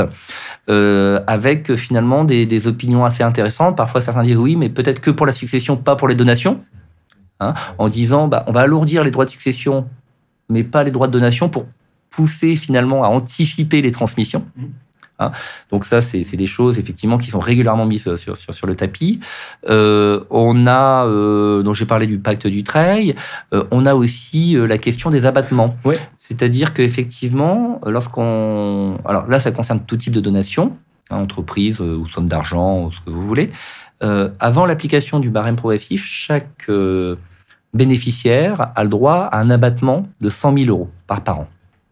euh, avec finalement des, des opinions assez intéressantes. Parfois, certains disent oui, mais peut-être que pour la succession, pas pour les donations, hein, en disant bah, on va alourdir les droits de succession, mais pas les droits de donation pour pousser finalement à anticiper les transmissions. Hein, donc ça, c'est, c'est des choses effectivement qui sont régulièrement mises sur, sur, sur le tapis. Euh, on a, euh, donc j'ai parlé du pacte Dutreil, euh, on a aussi euh, la question des abattements. Oui. C'est-à-dire qu'effectivement, lorsqu'on... Alors là, ça concerne tout type de donation, hein, entreprise euh, ou somme d'argent, ou ce que vous voulez. Euh, avant l'application du barème progressif, chaque euh, bénéficiaire a le droit à un abattement de cent mille euros par parent.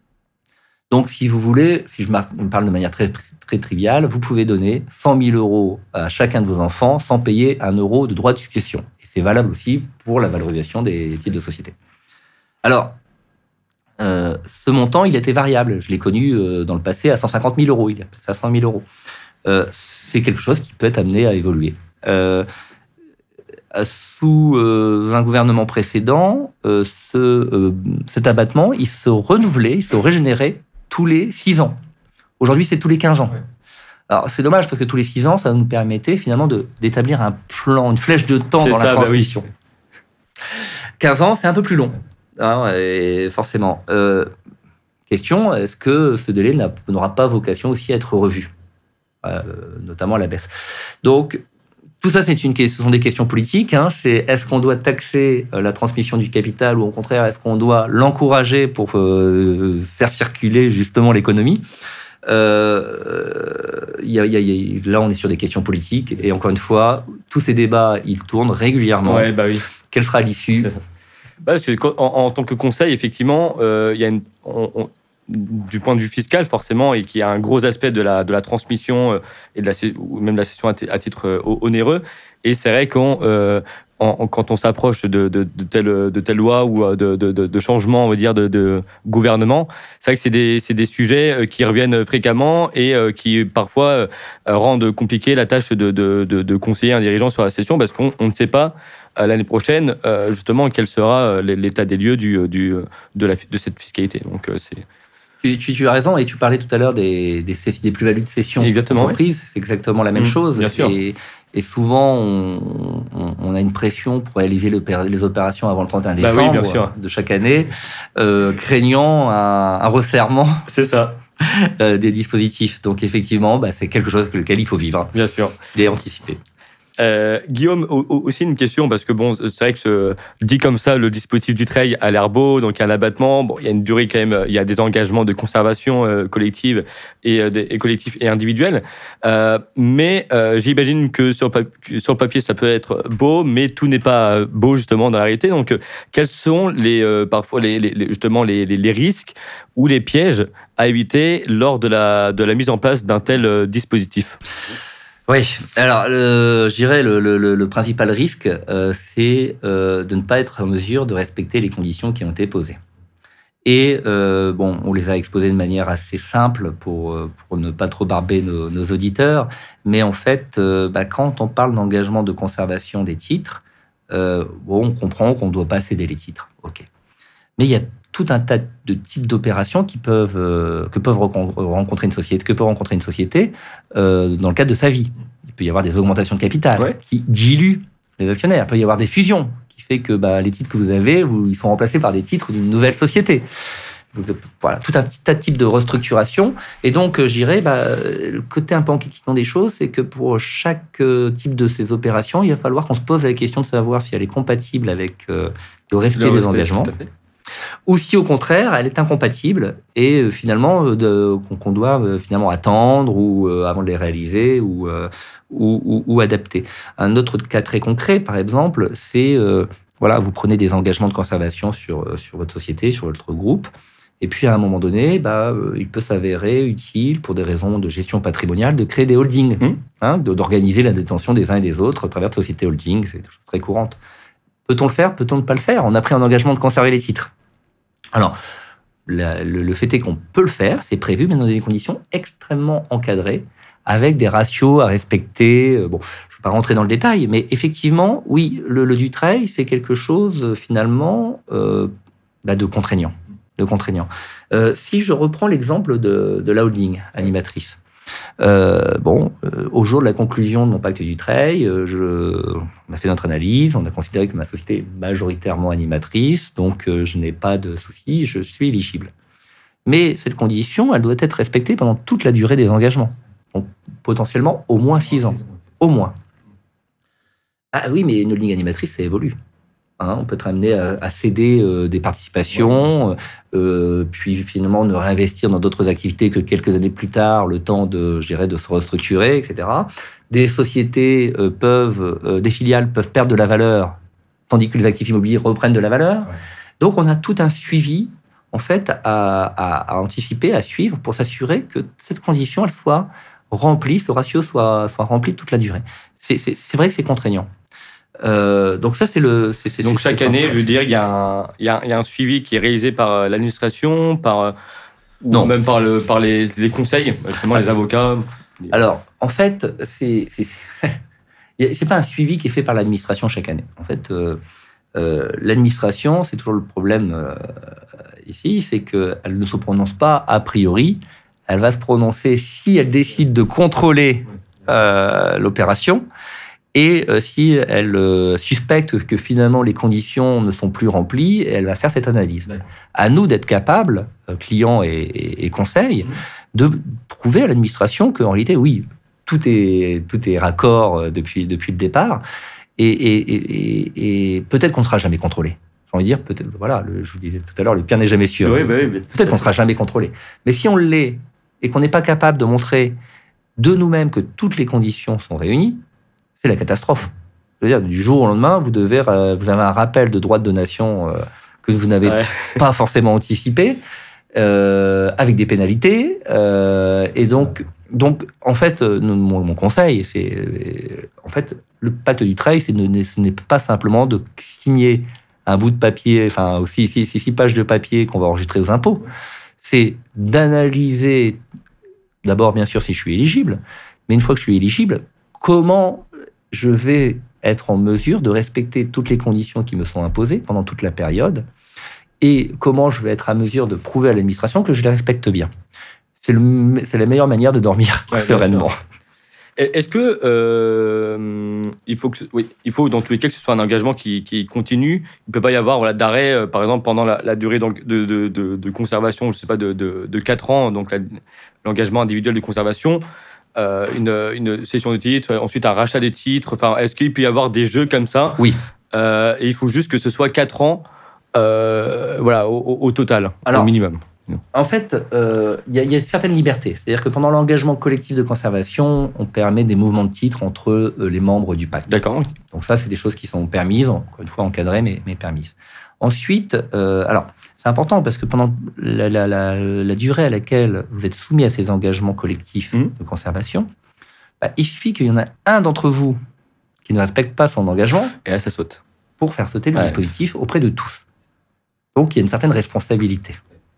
Donc, si vous voulez, si je me parle de manière très, très triviale, vous pouvez donner cent mille euros à chacun de vos enfants sans payer un euro de droit de succession. Et c'est valable aussi pour la valorisation des titres de société. Alors, euh, ce montant, il était variable. Je l'ai connu euh, dans le passé à cent cinquante mille euros. Il est à cent mille euros. Euh, c'est quelque chose qui peut être amené à évoluer. Euh, sous euh, un gouvernement précédent, euh, ce, euh, cet abattement, il se renouvelait, il se régénérait tous les six ans. Aujourd'hui, c'est tous les quinze ans. Ouais. Alors, c'est dommage parce que tous les six ans, ça nous permettait finalement de, d'établir un plan, une flèche de temps c'est dans ça, la transmission. Bah oui. quinze ans, c'est un peu plus long, hein, et forcément. Euh, question, est-ce que ce délai n'a, n'aura pas vocation aussi à être revu, euh, notamment à la baisse. Donc, tout ça, c'est une, ce sont des questions politiques. Hein. C'est est-ce qu'on doit taxer la transmission du capital ou au contraire, est-ce qu'on doit l'encourager pour euh, faire circuler justement l'économie ? euh, y a, y a, y a, Là, on est sur des questions politiques. Et encore une fois, tous ces débats, ils tournent régulièrement. Ouais, bah oui. Quelle sera l'issue ? Bah, parce que, en, en tant que conseil, effectivement, euh, y a une... On, on... du point de vue fiscal forcément, et qui a un gros aspect de la, de la transmission et de la, ou même de la cession à, t- à titre onéreux. Et c'est vrai qu'on, euh, en, quand on s'approche de, de, de, telle, de telle loi ou de, de, de changement, on va dire, de, de gouvernement, c'est vrai que c'est des, c'est des sujets qui reviennent fréquemment et qui parfois rendent compliqué la tâche de, de, de, de conseiller un dirigeant sur la cession, parce qu'on on ne sait pas l'année prochaine justement quel sera l'état des lieux du, du, de, la, de cette fiscalité. Donc c'est... Tu, tu, tu as raison, et tu parlais tout à l'heure des, des, des plus-values de cession d'entreprise. Oui. C'est exactement la même mmh, chose. Bien sûr. Et, et souvent, on, on, on a une pression pour réaliser le, les opérations avant le trente et un décembre bah oui, bien sûr. de chaque année, euh, craignant un, un resserrement. C'est ça. Euh, des dispositifs. Donc, effectivement, bah, c'est quelque chose avec lequel il faut vivre. Bien sûr. Et anticiper. Euh, Guillaume, aussi une question, parce que bon, c'est vrai que euh, dit comme ça, le dispositif Dutreil a l'air beau, donc il y a un abattement, bon, il y a une durée quand même, il y a des engagements de conservation euh, collective et, euh, et collectifs et individuels, euh, mais euh, j'imagine que sur, sur le papier ça peut être beau, mais tout n'est pas beau justement dans la réalité. Donc, euh, quels sont les euh, parfois les, les justement les, les, les risques ou les pièges à éviter lors de la de la mise en place d'un tel euh, dispositif? Oui, alors euh, je dirais le, le, le principal risque, euh, c'est euh, de ne pas être en mesure de respecter les conditions qui ont été posées. Et euh, bon, on les a exposées de manière assez simple pour, pour ne pas trop barber nos, nos auditeurs, mais en fait, euh, bah, quand on parle d'engagement de conservation des titres, euh, bon, on comprend qu'on ne doit pas céder les titres, ok. Mais il y a tout un tas de types d'opérations qui peuvent euh, que peuvent rencontrer une société, que peut rencontrer une société euh, dans le cadre de sa vie. Il peut y avoir des augmentations de capital ouais. qui diluent les actionnaires. Il peut y avoir des fusions qui fait que bah, les titres que vous avez, vous, ils sont remplacés par des titres d'une nouvelle société. Vous, voilà, tout un tas de types de restructuration. Et donc, je dirais, bah, le côté un peu inquiétant des choses, c'est que pour chaque type de ces opérations, il va falloir qu'on se pose la question de savoir si elle est compatible avec euh, le respect le des respect, engagements. Ou si au contraire elle est incompatible et euh, finalement euh, de, qu'on, qu'on doit euh, finalement attendre ou euh, avant de les réaliser ou, euh, ou, ou, ou adapter. Un autre cas très concret, par exemple, c'est euh, voilà, vous prenez des engagements de conservation sur sur votre société, sur votre groupe, et puis à un moment donné, bah, euh, il peut s'avérer utile pour des raisons de gestion patrimoniale de créer des holdings, mmh. hein, de, d'organiser la détention des uns et des autres à travers de sociétés holding, c'est des choses très courantes. Peut-on le faire? Peut-on ne pas le faire? On a pris un engagement de conserver les titres. Alors, la, le, le fait est qu'on peut le faire, c'est prévu, mais dans des conditions extrêmement encadrées, avec des ratios à respecter. Bon, je ne vais pas rentrer dans le détail, mais effectivement, oui, le, le Dutreil, c'est quelque chose, finalement, euh, bah de contraignant. De contraignant. Euh, si je reprends l'exemple de, de la holding animatrice, Euh, bon, euh, au jour de la conclusion de mon pacte Dutreil, euh, je, on a fait notre analyse, on a considéré que ma société est majoritairement animatrice, donc euh, je n'ai pas de souci, je suis éligible. Mais cette condition, elle doit être respectée pendant toute la durée des engagements, donc potentiellement au moins six ans, au moins. Ah oui, mais une holding animatrice, ça évolue. Hein, on peut être amené à, à céder euh, des participations, euh, puis finalement ne réinvestir dans d'autres activités que quelques années plus tard, le temps de, je dirais, de se restructurer, et cetera. Des sociétés euh, peuvent, euh, des filiales peuvent perdre de la valeur, tandis que les actifs immobiliers reprennent de la valeur. Ouais. Donc on a tout un suivi en fait à, à, à anticiper, à suivre pour s'assurer que cette condition elle soit remplie, ce ratio soit, soit rempli toute la durée. C'est, c'est, c'est vrai que c'est contraignant. Euh, donc ça c'est le. C'est, c'est, donc c'est, chaque c'est année, je veux dire, il y a un, il y a, il y a un suivi qui est réalisé par l'administration, par ou non. même par le, par les, les conseils, justement les avocats. Alors en fait, c'est, c'est, c'est, c'est pas un suivi qui est fait par l'administration chaque année. En fait, euh, euh, l'administration, c'est toujours le problème euh, ici, c'est que elle ne se prononce pas a priori. Elle va se prononcer si elle décide de contrôler euh, l'opération. Et euh, si elle euh, suspecte que finalement les conditions ne sont plus remplies, elle va faire cette analyse. D'accord. À nous d'être capables, euh, clients et, et, et conseils, mmh. de prouver à l'administration qu'en réalité, oui, tout est, tout est raccord depuis, depuis le départ. Et, et, et, et peut-être qu'on ne sera jamais contrôlé. J'ai envie de dire, peut-être, voilà, le, je vous disais tout à l'heure, le pire n'est jamais sûr. Oui, bah oui, mais peut-être qu'on ne sera jamais contrôlé. Mais si on l'est et qu'on n'est pas capable de montrer de nous-mêmes que toutes les conditions sont réunies, c'est la catastrophe. Je veux dire, du jour au lendemain, vous devez, euh, vous avez un rappel de droit de donation euh, que vous n'avez ouais. pas forcément anticipé, euh, avec des pénalités. Euh, et donc, donc, en fait, euh, mon, mon conseil, c'est, euh, en fait, le pacte Dutreil, c'est ne, ce n'est pas simplement de signer un bout de papier, enfin, aussi six, six, six pages de papier qu'on va enregistrer aux impôts. C'est d'analyser, d'abord, bien sûr, si je suis éligible, mais une fois que je suis éligible, comment je vais être en mesure de respecter toutes les conditions qui me sont imposées pendant toute la période et comment je vais être à mesure de prouver à l'administration que je les respecte bien. C'est, le, c'est la meilleure manière de dormir ouais, sereinement. Est-ce que euh, il faut que oui, il faut dans tous les cas que ce soit un engagement qui, qui continue. Il ne peut pas y avoir voilà, d'arrêt, euh, par exemple pendant la, la durée de, de, de, de conservation, je sais pas de, de, de quatre ans, donc la, l'engagement individuel de conservation, euh, une, une cession de titres, ensuite un rachat des titres. Enfin, est-ce qu'il peut y avoir des jeux comme ça? Oui. Euh, et il faut juste que ce soit quatre ans, euh, voilà, au, au total, Alors, au minimum. En fait, il euh, y, y a une certaine liberté. C'est-à-dire que pendant l'engagement collectif de conservation, on permet des mouvements de titres entre euh, les membres du pacte. D'accord. Donc ça, c'est des choses qui sont permises, encore une fois encadrées, mais, mais permises. Ensuite, euh, alors, c'est important parce que pendant la, la, la, la durée à laquelle vous êtes soumis à ces engagements collectifs mmh. de conservation, bah, il suffit qu'il y en a un d'entre vous qui ne respecte pas son engagement. Et là, ça saute. Pour faire sauter le ouais. dispositif auprès de tous. Donc, il y a une certaine responsabilité.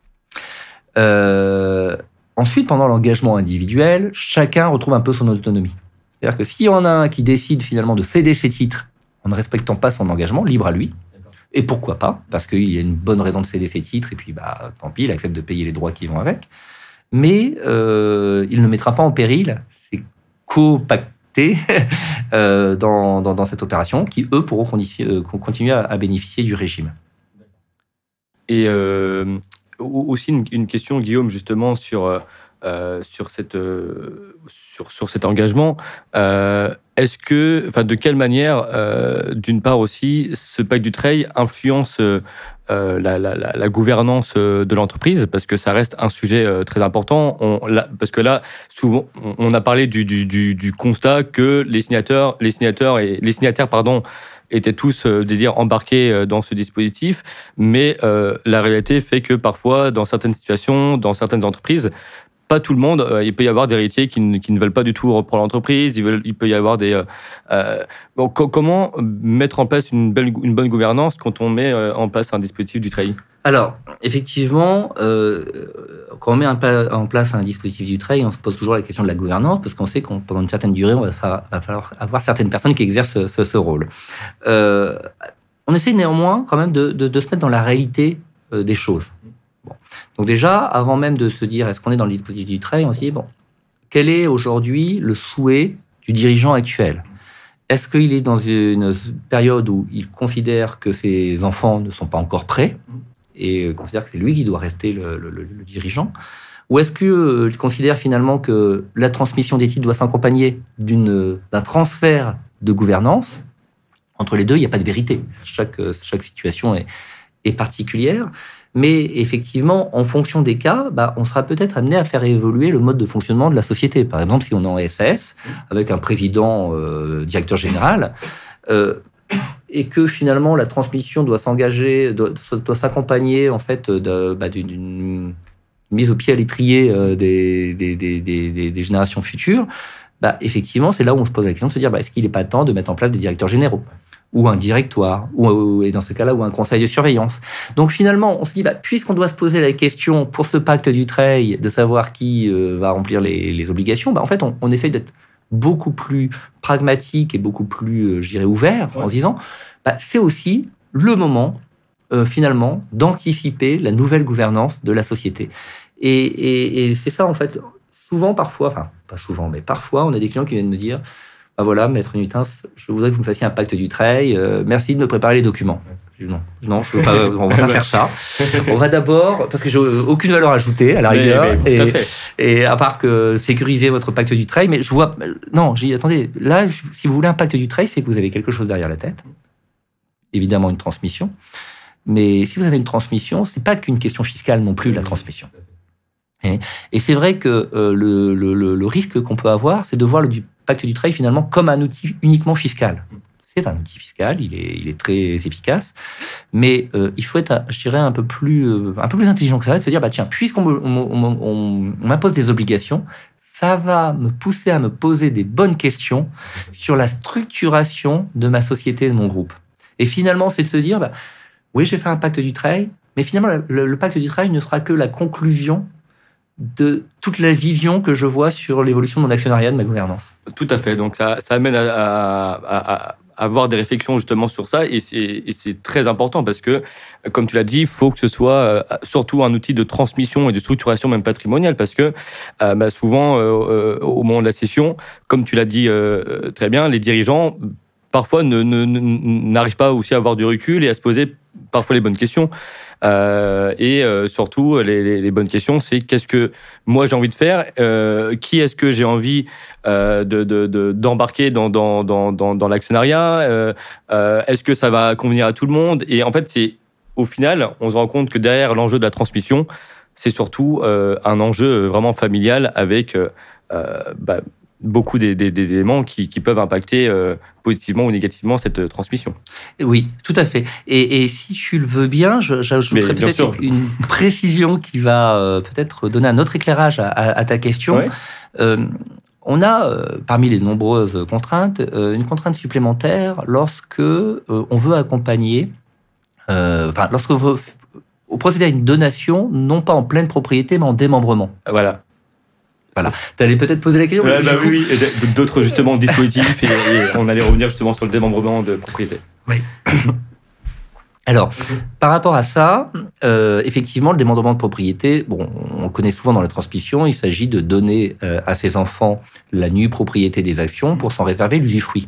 Euh, ensuite, pendant l'engagement individuel, chacun retrouve un peu son autonomie. C'est-à-dire que s'il y en a un qui décide finalement de céder ses titres en ne respectant pas son engagement, libre à lui. D'accord. Et pourquoi pas? Parce qu'il y a une bonne raison de céder ses titres, et puis bah, tant pis, il accepte de payer les droits qui vont avec. Mais euh, il ne mettra pas en péril ses co-pactés euh, dans, dans, dans cette opération, qui, eux, pourront condi- euh, continuer à, à bénéficier du régime. Et... Euh... Aussi une, une question, Guillaume, justement, sur, euh, sur, cette, euh, sur, sur cet engagement. Euh, est-ce que, enfin, de quelle manière, euh, d'une part aussi, ce pacte Dutreil influence euh, la, la, la, la gouvernance de l'entreprise? Parce que ça reste un sujet euh, très important. On, là, parce que là, souvent, on a parlé du, du, du, du constat que les signataires, les signataires, et, les signataires pardon, étaient tous, euh, de dire, embarqués dans ce dispositif, mais euh, la réalité fait que parfois, dans certaines situations, dans certaines entreprises, pas tout le monde, euh, il peut y avoir des héritiers qui ne, qui ne veulent pas du tout reprendre l'entreprise, il, veulent, il peut y avoir des... Euh, euh, bon, co- comment mettre en place une, belle, une bonne gouvernance quand on met euh, en place un dispositif Dutreil? Alors, effectivement, euh, quand on met un pla- en place un dispositif Dutreil, on se pose toujours la question de la gouvernance, parce qu'on sait qu'on pendant une certaine durée, on va, fa- va falloir avoir certaines personnes qui exercent ce, ce rôle. Euh, on essaie néanmoins quand même de, de, de se mettre dans la réalité euh, des choses. Bon. Donc déjà, avant même de se dire est-ce qu'on est dans le dispositif Dutreil, on se dit, bon, quel est aujourd'hui le souhait du dirigeant actuel? Est-ce qu'il est dans une période où il considère que ses enfants ne sont pas encore prêts et considère que c'est lui qui doit rester le, le, le dirigeant? Ou est-ce qu'il euh, considère finalement que la transmission des titres doit s'accompagner d'une, d'un transfert de gouvernance? Entre les deux, il n'y a pas de vérité. Chaque, chaque situation est, est particulière. Mais effectivement, en fonction des cas, bah, on sera peut-être amené à faire évoluer le mode de fonctionnement de la société. Par exemple, si on est en S A S, avec un président, euh, directeur général, euh, et que finalement la transmission doit s'engager, doit, doit s'accompagner en fait de, bah, d'une, d'une mise au pied à l'étrier euh, des, des, des, des, des générations futures, bah, effectivement, c'est là où on se pose la question de se dire bah, est-ce qu'il n'est pas temps de mettre en place des directeurs généraux ou un directoire, ou, et dans ce cas-là, ou un conseil de surveillance. Donc finalement, on se dit, bah, puisqu'on doit se poser la question pour ce pacte Dutreil de savoir qui euh, va remplir les, les obligations, bah, en fait, on, on essaye d'être beaucoup plus pragmatique et beaucoup plus, euh, je dirais, ouvert, ouais. en se disant, bah, c'est aussi le moment, euh, finalement, d'anticiper la nouvelle gouvernance de la société. Et, et, et c'est ça, en fait, souvent, parfois, enfin, pas souvent, mais parfois, on a des clients qui viennent me dire, ah voilà, maître Nutins, je voudrais que vous me fassiez un pacte Dutreil. Euh, merci de me préparer les documents. Je dis non, non, je veux pas, on va pas faire ça. On va d'abord, parce que j'ai aucune valeur ajoutée à la rigueur, mais, mais, et, à fait. et à part que sécuriser votre pacte Dutreil, mais je vois, non, j'ai dit attendez, là, si vous voulez un pacte Dutreil, c'est que vous avez quelque chose derrière la tête. Évidemment, une transmission. Mais si vous avez une transmission, c'est pas qu'une question fiscale non plus, la transmission. Et, et c'est vrai que euh, le, le, le risque qu'on peut avoir, c'est de voir le pacte Dutreil finalement comme un outil uniquement fiscal. C'est un outil fiscal, il est, il est très efficace, mais euh, il faut être, je dirais, un peu plus, euh, un peu plus intelligent que ça, de se dire, bah tiens, puisqu'on on, on, on, on m'impose des obligations, ça va me pousser à me poser des bonnes questions sur la structuration de ma société et de mon groupe. Et finalement, c'est de se dire, bah, oui, j'ai fait un pacte Dutreil, mais finalement, le, le pacte Dutreil ne sera que la conclusion de toute la vision que je vois sur l'évolution de mon actionnariat, de ma gouvernance. Tout à fait. Donc, ça, ça amène à, à, à, avoir des réflexions justement sur ça, et c'est, et c'est très important parce que, comme tu l'as dit, il faut que ce soit euh, surtout un outil de transmission et de structuration même patrimoniale, parce que euh, bah, souvent, euh, au moment de la cession, comme tu l'as dit euh, très bien, les dirigeants parfois ne, ne, ne, n'arrivent pas aussi à avoir du recul et à se poser parfois les bonnes questions. Euh, et euh, surtout, les, les, les bonnes questions, c'est qu'est-ce que moi j'ai envie de faire, euh, qui est-ce que j'ai envie euh, de, de, de, d'embarquer dans, dans, dans, dans, dans l'actionnariat, euh, euh, est-ce que ça va convenir à tout le monde? Et en fait, c'est, au final, on se rend compte que derrière l'enjeu de la transmission, c'est surtout euh, un enjeu vraiment familial avec euh, bah, beaucoup d'éléments qui, qui peuvent impacter euh, positivement ou négativement cette euh, transmission. Oui, tout à fait. Et, et si tu le veux bien, je, j'ajouterais peut-être sûr. une, une précision qui va euh, peut-être donner un autre éclairage à, à, à ta question. Ouais. Euh, on a, euh, parmi les nombreuses contraintes, euh, une contrainte supplémentaire lorsque euh, on veut accompagner, euh, enfin, lorsque on veut procéder à une donation, non pas en pleine propriété, mais en démembrement. Voilà. Voilà. Tu allais peut-être poser la question. Ouais, bah oui, oui, et d'autres justement dispositifs, et, et on allait revenir justement sur le démembrement de propriété. Oui. Alors, par rapport à ça, euh, effectivement, le démembrement de propriété, bon, on le connaît souvent dans la transmission, il s'agit de donner euh, à ses enfants la nue propriété des actions pour s'en réserver l'usufruit.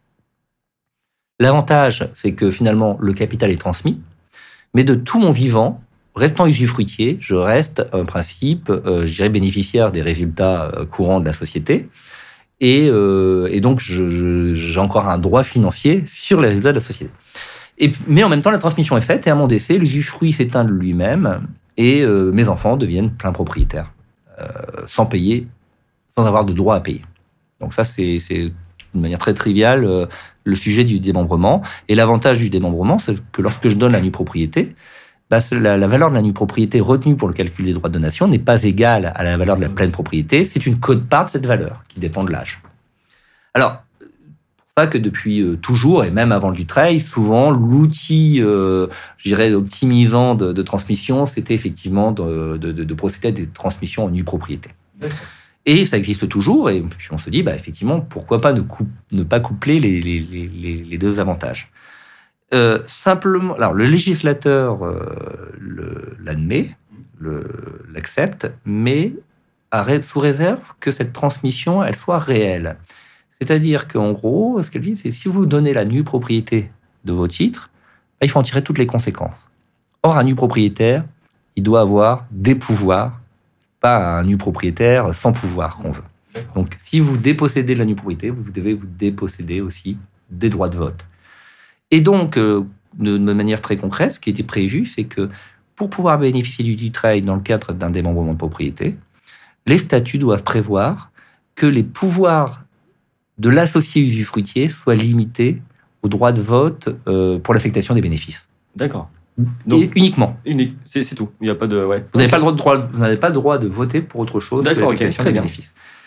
L'avantage, c'est que finalement, le capital est transmis, mais de tout mon vivant, restant usufruitier, je reste en principe, euh, je dirais, bénéficiaire des résultats euh, courants de la société. Et, euh, et donc, je, je, j'ai encore un droit financier sur les résultats de la société. Et, mais en même temps, la transmission est faite, et à mon décès, l'usufruit s'éteint de lui-même, et euh, mes enfants deviennent pleins propriétaires, euh, sans payer, sans avoir de droit à payer. Donc ça, c'est, c'est d'une manière très triviale euh, le sujet du démembrement. Et l'avantage du démembrement, c'est que lorsque je donne la nue propriété, bah, la, la valeur de la nue propriété retenue pour le calcul des droits de donation n'est pas égale à la valeur de la pleine propriété. C'est une quote-part de cette valeur qui dépend de l'âge. Alors, c'est pour ça que depuis euh, toujours, et même avant le Dutreil, souvent, l'outil, euh, je dirais, optimisant de, de transmission, c'était effectivement de, de, de, de procéder à des transmissions en nue propriété. D'accord. Et ça existe toujours, et puis on se dit, bah, effectivement, pourquoi pas ne, coup, ne pas coupler les, les, les, les deux avantages. Euh, simplement, alors le législateur euh, le, l'admet, le, l'accepte, mais à, sous réserve que cette transmission elle soit réelle. C'est-à-dire qu'en gros, ce qu'elle dit, c'est si vous donnez la nue propriété de vos titres, bah, il faut en tirer toutes les conséquences. Or, un nu propriétaire, il doit avoir des pouvoirs, pas un nu propriétaire sans pouvoir qu'on veut. Donc, si vous dépossédez de la nue propriété, vous devez vous déposséder aussi des droits de vote. Et donc, euh, de, de manière très concrète, ce qui était prévu, c'est que pour pouvoir bénéficier du Dutreil dans le cadre d'un démembrement de propriété, les statuts doivent prévoir que les pouvoirs de l'associé usufruitier soient limités au droit de vote euh, pour l'affectation des bénéfices. D'accord. Donc, et uniquement. Unique, c'est, c'est tout. Il n'y a pas de. Ouais. Vous n'avez pas le droit de, droit, vous n'avez pas le droit de voter pour autre chose D'accord, que l'affectation okay, des bénéfices.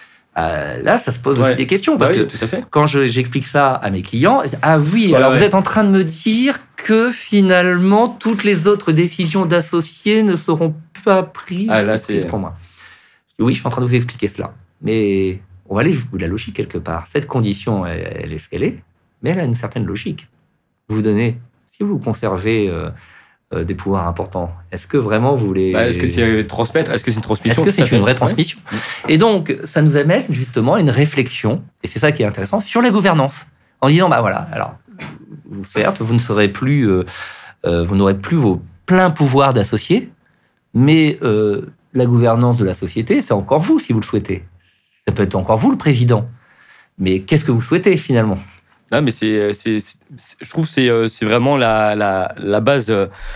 Euh, là, ça se pose ouais. aussi des questions, parce bah oui, que tout à fait. quand je, j'explique ça à mes clients, ah oui, voilà, alors ouais. Vous êtes en train de me dire que finalement, toutes les autres décisions d'associés ne seront pas prises, ah, là, prises c'est... pour moi. Oui, je suis en train de vous expliquer cela. Mais on va aller jusqu'au bout de la logique quelque part. Cette condition, elle, elle est ce qu'elle est, mais elle a une certaine logique. Vous donnez, si vous conservez... Euh, Euh, des pouvoirs importants. Est-ce que vraiment vous voulez... Bah, est-ce que c'est transmettre? Est-ce que c'est une transmission? Est-ce que c'est une vraie transmission? Ouais. Et donc, ça nous amène justement à une réflexion, et c'est ça qui est intéressant, sur la gouvernance. En disant, bah voilà, alors, vous, certes, vous ne serez plus, euh, euh, vous n'aurez plus vos pleins pouvoirs d'associés, mais euh, la gouvernance de la société, c'est encore vous, si vous le souhaitez. Ça peut être encore vous, le président. Mais qu'est-ce que vous souhaitez, finalement? Non, mais c'est, c'est, c'est, je trouve que c'est, c'est vraiment la, la, la base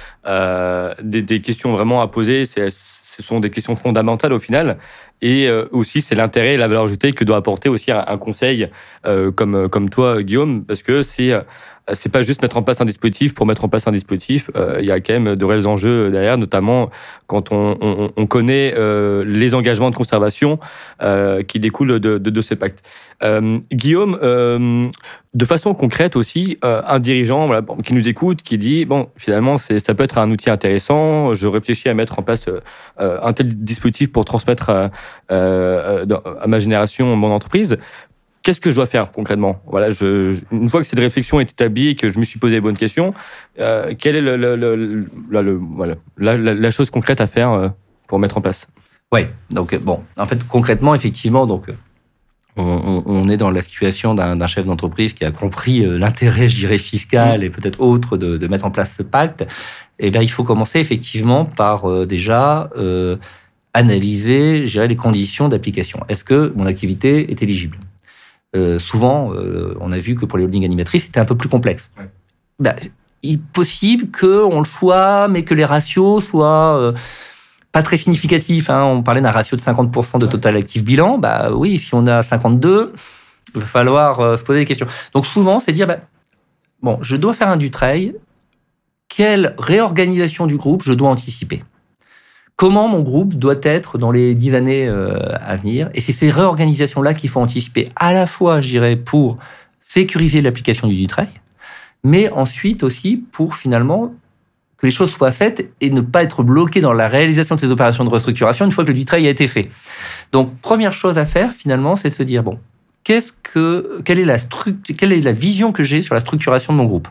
euh, des, des questions vraiment à poser. C'est, ce sont des questions fondamentales au final. Et euh, aussi, c'est l'intérêt et la valeur ajoutée que doit apporter aussi un, un conseil euh, comme, comme toi, Guillaume, parce que c'est, c'est pas juste mettre en place un dispositif pour mettre en place un dispositif. Euh, il y a quand même de réels enjeux derrière, notamment quand on, on, on connaît euh, les engagements de conservation euh, qui découlent de, de, de ces pactes. Euh, Guillaume, euh, de façon concrète aussi, euh, un dirigeant voilà, qui nous écoute, qui dit bon, finalement, c'est, ça peut être un outil intéressant. Je réfléchis à mettre en place euh, un tel dispositif pour transmettre à, euh, à ma génération, mon entreprise. qu'est-ce que je dois faire concrètement ? Voilà, je, je, une fois que cette réflexion est établie et que je me suis posé les bonnes questions, euh, quelle est le, le, le, le, le, le, voilà, la, la, la chose concrète à faire euh, pour mettre en place ? Oui, donc bon, en fait, concrètement, effectivement, donc, on, on, on est dans la situation d'un, d'un chef d'entreprise qui a compris l'intérêt, je dirais, fiscal et peut-être autre de, de mettre en place ce pacte. Eh bien, il faut commencer effectivement par euh, déjà euh, analyser, je dirais, les conditions d'application. Est-ce que mon activité est éligible ? euh, Souvent, euh, on a vu que pour les holdings animatrices, c'était un peu plus complexe. Ouais. Ben, il est possible qu'on le soit, mais que les ratios soient... Euh, pas très significatif, hein. On parlait d'un ratio de cinquante pour cent de total actif bilan. Bah oui, si on a cinquante-deux, il va falloir euh, se poser des questions. Donc souvent, c'est dire, bah, bon, je dois faire un Dutreil, quelle réorganisation du groupe je dois anticiper ? Comment mon groupe doit être dans les dix années euh, à venir ? Et c'est ces réorganisations-là qu'il faut anticiper, à la fois, je dirais, pour sécuriser l'application du Dutreil, mais ensuite aussi pour finalement... que les choses soient faites et ne pas être bloqué dans la réalisation de ces opérations de restructuration une fois que le Dutreil a été fait. Donc, première chose à faire, finalement, c'est de se dire, bon, qu'est-ce que, quelle est la structure, quelle est la vision que j'ai sur la structuration de mon groupe ?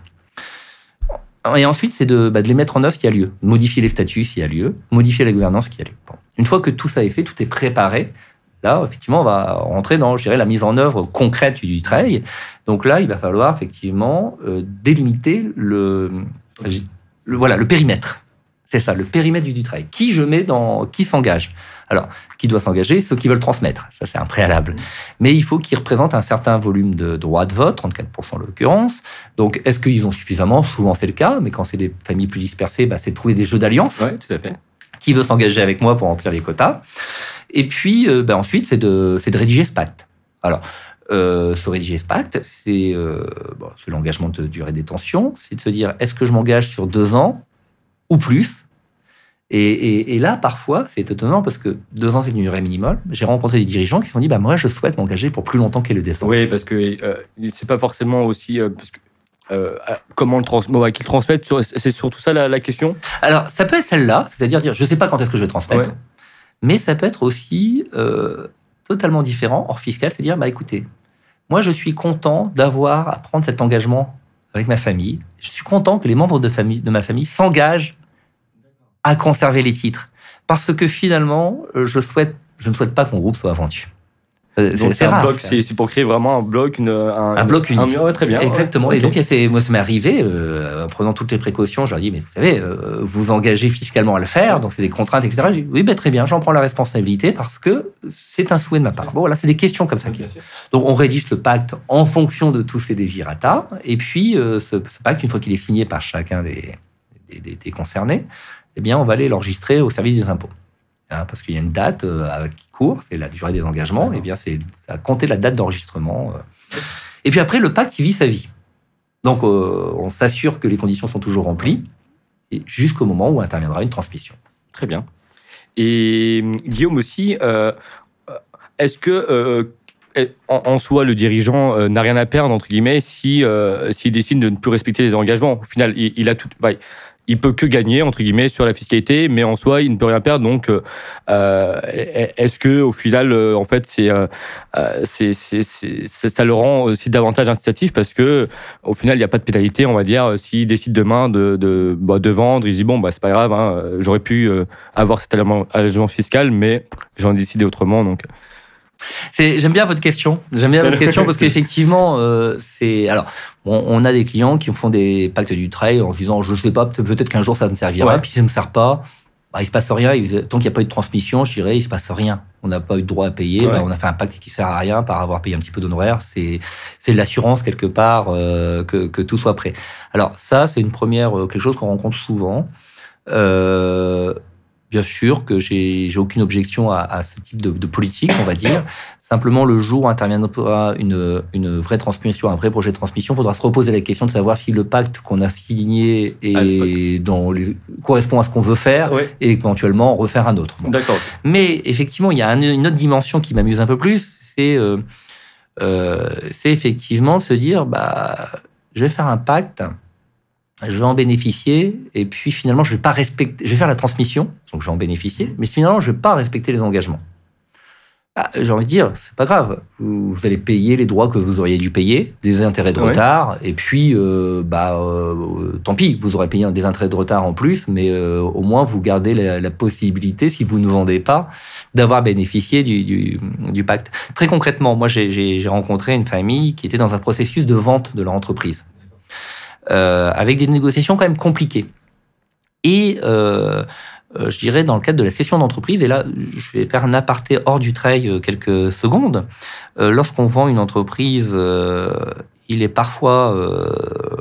Et ensuite, c'est de, bah, de les mettre en œuvre s'il y a lieu, modifier les statuts s'il y a lieu, modifier la gouvernance s'il y a lieu. Bon. Une fois que tout ça est fait, tout est préparé, là, effectivement, on va rentrer dans, je dirais, la mise en œuvre concrète du Dutreil. Donc là, il va falloir, effectivement, euh, délimiter le... Le, voilà, le périmètre. C'est ça, le périmètre du Dutreil. Qui je mets dans... Qui s'engage ? Alors, qui doit s'engager ? Ceux qui veulent transmettre. Ça, c'est un préalable. Mais il faut qu'ils représentent un certain volume de droits de vote, trente-quatre pour cent en l'occurrence. Donc, est-ce qu'ils ont suffisamment ? Souvent, c'est le cas. Mais quand c'est des familles plus dispersées, bah, c'est de trouver des jeux d'alliance. Oui, tout à fait. Qui veut s'engager avec moi pour remplir les quotas ? Et puis, euh, bah, ensuite, c'est de, c'est de rédiger ce pacte. Alors... Euh, se rédiger ce pacte, c'est, euh, bon, c'est l'engagement de durée des détention, c'est de se dire, est-ce que je m'engage sur deux ans ou plus ? et, et, et là, parfois, c'est étonnant parce que deux ans, c'est une durée minimale. J'ai rencontré des dirigeants qui se sont dit, bah, moi, je souhaite m'engager pour plus longtemps qu'est le décembre. Oui, parce que euh, c'est pas forcément aussi... Euh, parce que, euh, comment le transmettre, qu'ils transmettent, c'est surtout ça la, la question ? Alors, ça peut être celle-là, c'est-à-dire dire, je sais pas quand est-ce que je vais transmettre, ouais. Mais ça peut être aussi euh, totalement différent, hors fiscal, c'est dire, bah, écoutez, moi, je suis content d'avoir à prendre cet engagement avec ma famille. Je suis content que les membres de, famille, de ma famille s'engagent à conserver les titres. Parce que finalement, je, souhaite, je ne souhaite pas que mon groupe soit vendu. C'est, donc, c'est, rare, bloc, c'est, c'est pour créer vraiment un bloc, une, un, un bloc unique. Un, ouais, très bien. Exactement. Ouais. Et okay. Donc, c'est, moi, ça m'est arrivé, euh, en prenant toutes les précautions, je leur dis, mais vous savez, euh, vous engagez fiscalement à le faire, donc c'est des contraintes, et cetera. J'ai dit, oui, ben, très bien, j'en prends la responsabilité parce que c'est un souhait de ma part. Bon, voilà, c'est des questions comme ça. Okay. Donc, on rédige le pacte en fonction de tous ces désirata. Et puis, euh, ce, ce pacte, une fois qu'il est signé par chacun des, des, des, des concernés, eh bien, on va aller l'enregistrer au service des impôts. Hein, parce qu'il y a une date euh, qui court, c'est la durée des engagements, et bien c'est à compter la date d'enregistrement. Euh. Et puis après, le pacte qui vit sa vie. Donc, euh, on s'assure que les conditions sont toujours remplies, et jusqu'au moment où interviendra une transmission. Très bien. Et Guillaume aussi, euh, est-ce que euh, en, en soi, le dirigeant euh, n'a rien à perdre entre guillemets si euh, s'il décide de ne plus respecter les engagements ? Au final, il, il a tout. Bah, il peut que gagner entre guillemets sur la fiscalité, mais en soi, il ne peut rien perdre. Donc, euh, est-ce que au final, euh, en fait, c'est, euh, c'est, c'est, c'est, ça le rend aussi davantage incitatif parce que au final, il n'y a pas de pénalité, on va dire. S'il décide demain de de, bah, de vendre, il se dit bon, bah c'est pas grave, hein, j'aurais pu euh, avoir cet allègement fiscal, mais j'en ai décidé autrement, donc. C'est, j'aime bien votre question. J'aime bien votre question parce qu'effectivement, euh, c'est alors on, on a des clients qui font des pactes du Dutreil en se disant je sais pas peut-être qu'un jour ça me servira, ouais. Puis si ça me sert pas, bah, il se passe rien. Tant qu'il n'y a pas eu de transmission, je dirais il se passe rien. On n'a pas eu de droit à payer, ouais. Bah, on a fait un pacte qui sert à rien par avoir payé un petit peu d'honoraires. C'est c'est de l'assurance quelque part euh, que que tout soit prêt. Alors ça c'est une première quelque chose qu'on rencontre souvent. Euh, Bien sûr que j'ai, j'ai aucune objection à, à ce type de, de politique, on va dire. Simplement, le jour où interviendra une, une vraie transmission, un vrai projet de transmission, il faudra se reposer la question de savoir si le pacte qu'on a signé est dans le, correspond à ce qu'on veut faire, ouais. Et éventuellement refaire un autre. Bon. D'accord. Mais effectivement, il y a un, une autre dimension qui m'amuse un peu plus, c'est, euh, euh, c'est effectivement se dire, bah, je vais faire un pacte. Je vais en bénéficier, et puis finalement, je vais pas respecter. Je vais faire la transmission, donc je vais en bénéficier, mais finalement, je vais pas respecter les engagements. Ah, j'ai envie de dire, c'est pas grave. Vous, vous allez payer les droits que vous auriez dû payer, des intérêts de retard, ouais. et puis, euh, bah, euh, tant pis, vous aurez payé des intérêts de retard en plus, mais euh, au moins vous gardez la, la possibilité, si vous ne vendez pas, d'avoir bénéficié du, du, du pacte. Très concrètement, moi, j'ai, j'ai, j'ai rencontré une famille qui était dans un processus de vente de leur entreprise, euh, avec des négociations quand même compliquées. Et euh, Euh, je dirais dans le cadre de la cession d'entreprise, et là je vais faire un aparté hors du trail euh, quelques secondes, euh, lorsqu'on vend une entreprise, euh, il est parfois euh,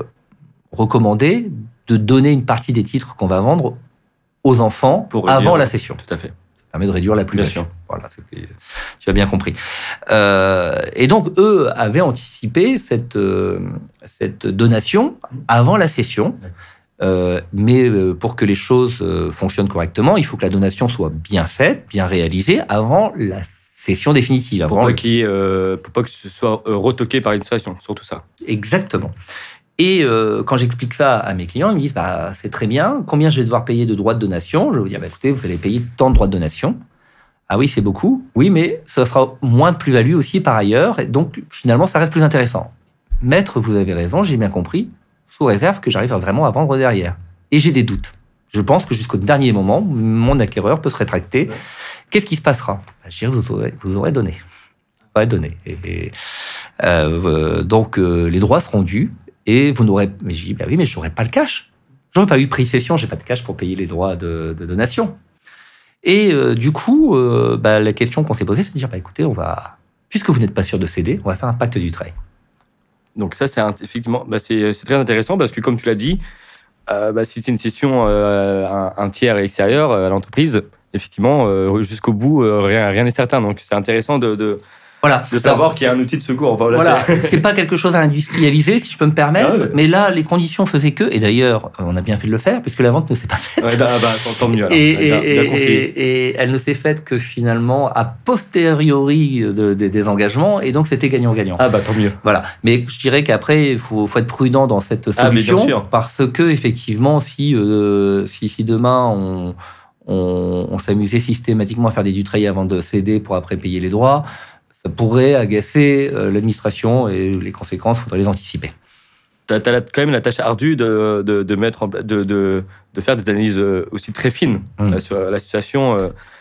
recommandé de donner une partie des titres qu'on va vendre aux enfants pour réduire, avant la cession. Tout à fait. Ça permet de réduire la plus-value. Voilà, c'est, tu as bien compris. Euh, et donc eux avaient anticipé cette, euh, cette donation avant la cession. Euh, mais pour que les choses euh, fonctionnent correctement, il faut que la donation soit bien faite, bien réalisée avant la cession définitive. Pour, pas, qu'il, euh, pour pas que ce soit euh, retoqué par l'administration, surtout ça. Exactement. Et euh, quand j'explique ça à mes clients, ils me disent bah, c'est très bien, combien je vais devoir payer de droits de donation ? Je vais vous dire bah, écoutez, vous allez payer tant de droits de donation. Ah oui, c'est beaucoup. Oui, mais ça sera moins de plus-value aussi par ailleurs. Et donc finalement, ça reste plus intéressant. Maître, vous avez raison, j'ai bien compris. Sous réserve que j'arrive vraiment à vendre derrière. Et j'ai des doutes. Je pense que jusqu'au dernier moment, mon acquéreur peut se rétracter. Ouais. Qu'est-ce qui se passera ? Je dirais, vous aurez, vous aurez donné. Vous aurez donné. Et, et, euh, donc, euh, les droits seront dus et vous n'aurez... Mais je dis, bah oui, mais je n'aurai pas le cash. Je n'aurai pas eu de prix cession, je n'ai pas de cash pour payer les droits de, de donation. Et euh, du coup, euh, bah, la question qu'on s'est posée, c'est de dire, bah, écoutez, on va... puisque vous n'êtes pas sûr de céder, on va faire un pacte du trail. Donc ça, c'est un, effectivement, bah c'est, c'est très intéressant parce que, comme tu l'as dit, euh, bah, si c'est une cession euh, un, un tiers extérieur à l'entreprise, effectivement, euh, jusqu'au bout, euh, rien, rien n'est certain. Donc c'est intéressant de, de, voilà. de savoir Alors, qu'il y a un outil de secours. Enfin, voilà, voilà. C'est... c'est pas quelque chose à industrialiser, si je peux me permettre, ah ouais. mais là, les conditions faisaient que, et d'ailleurs, on a bien fait de le faire, puisque la vente ne s'est pas faite. Ouais, bah, bah, tant mieux. Alors. Et, bien, et, bien et, et elle ne s'est faite que finalement a posteriori de, de, des engagements, et donc c'était gagnant-gagnant. Ah bah tant mieux. Voilà. Mais je dirais qu'après, il faut, faut être prudent dans cette solution, ah, parce que effectivement, si, euh, si, si demain on, on, on s'amusait systématiquement à faire des dutrails avant de céder pour après payer les droits, ça pourrait agacer euh, l'administration et les conséquences, il faudrait les anticiper. Tu as quand même la tâche ardue de, de, de, mettre en, de, de, de faire des analyses aussi très fines mmh. sur la situation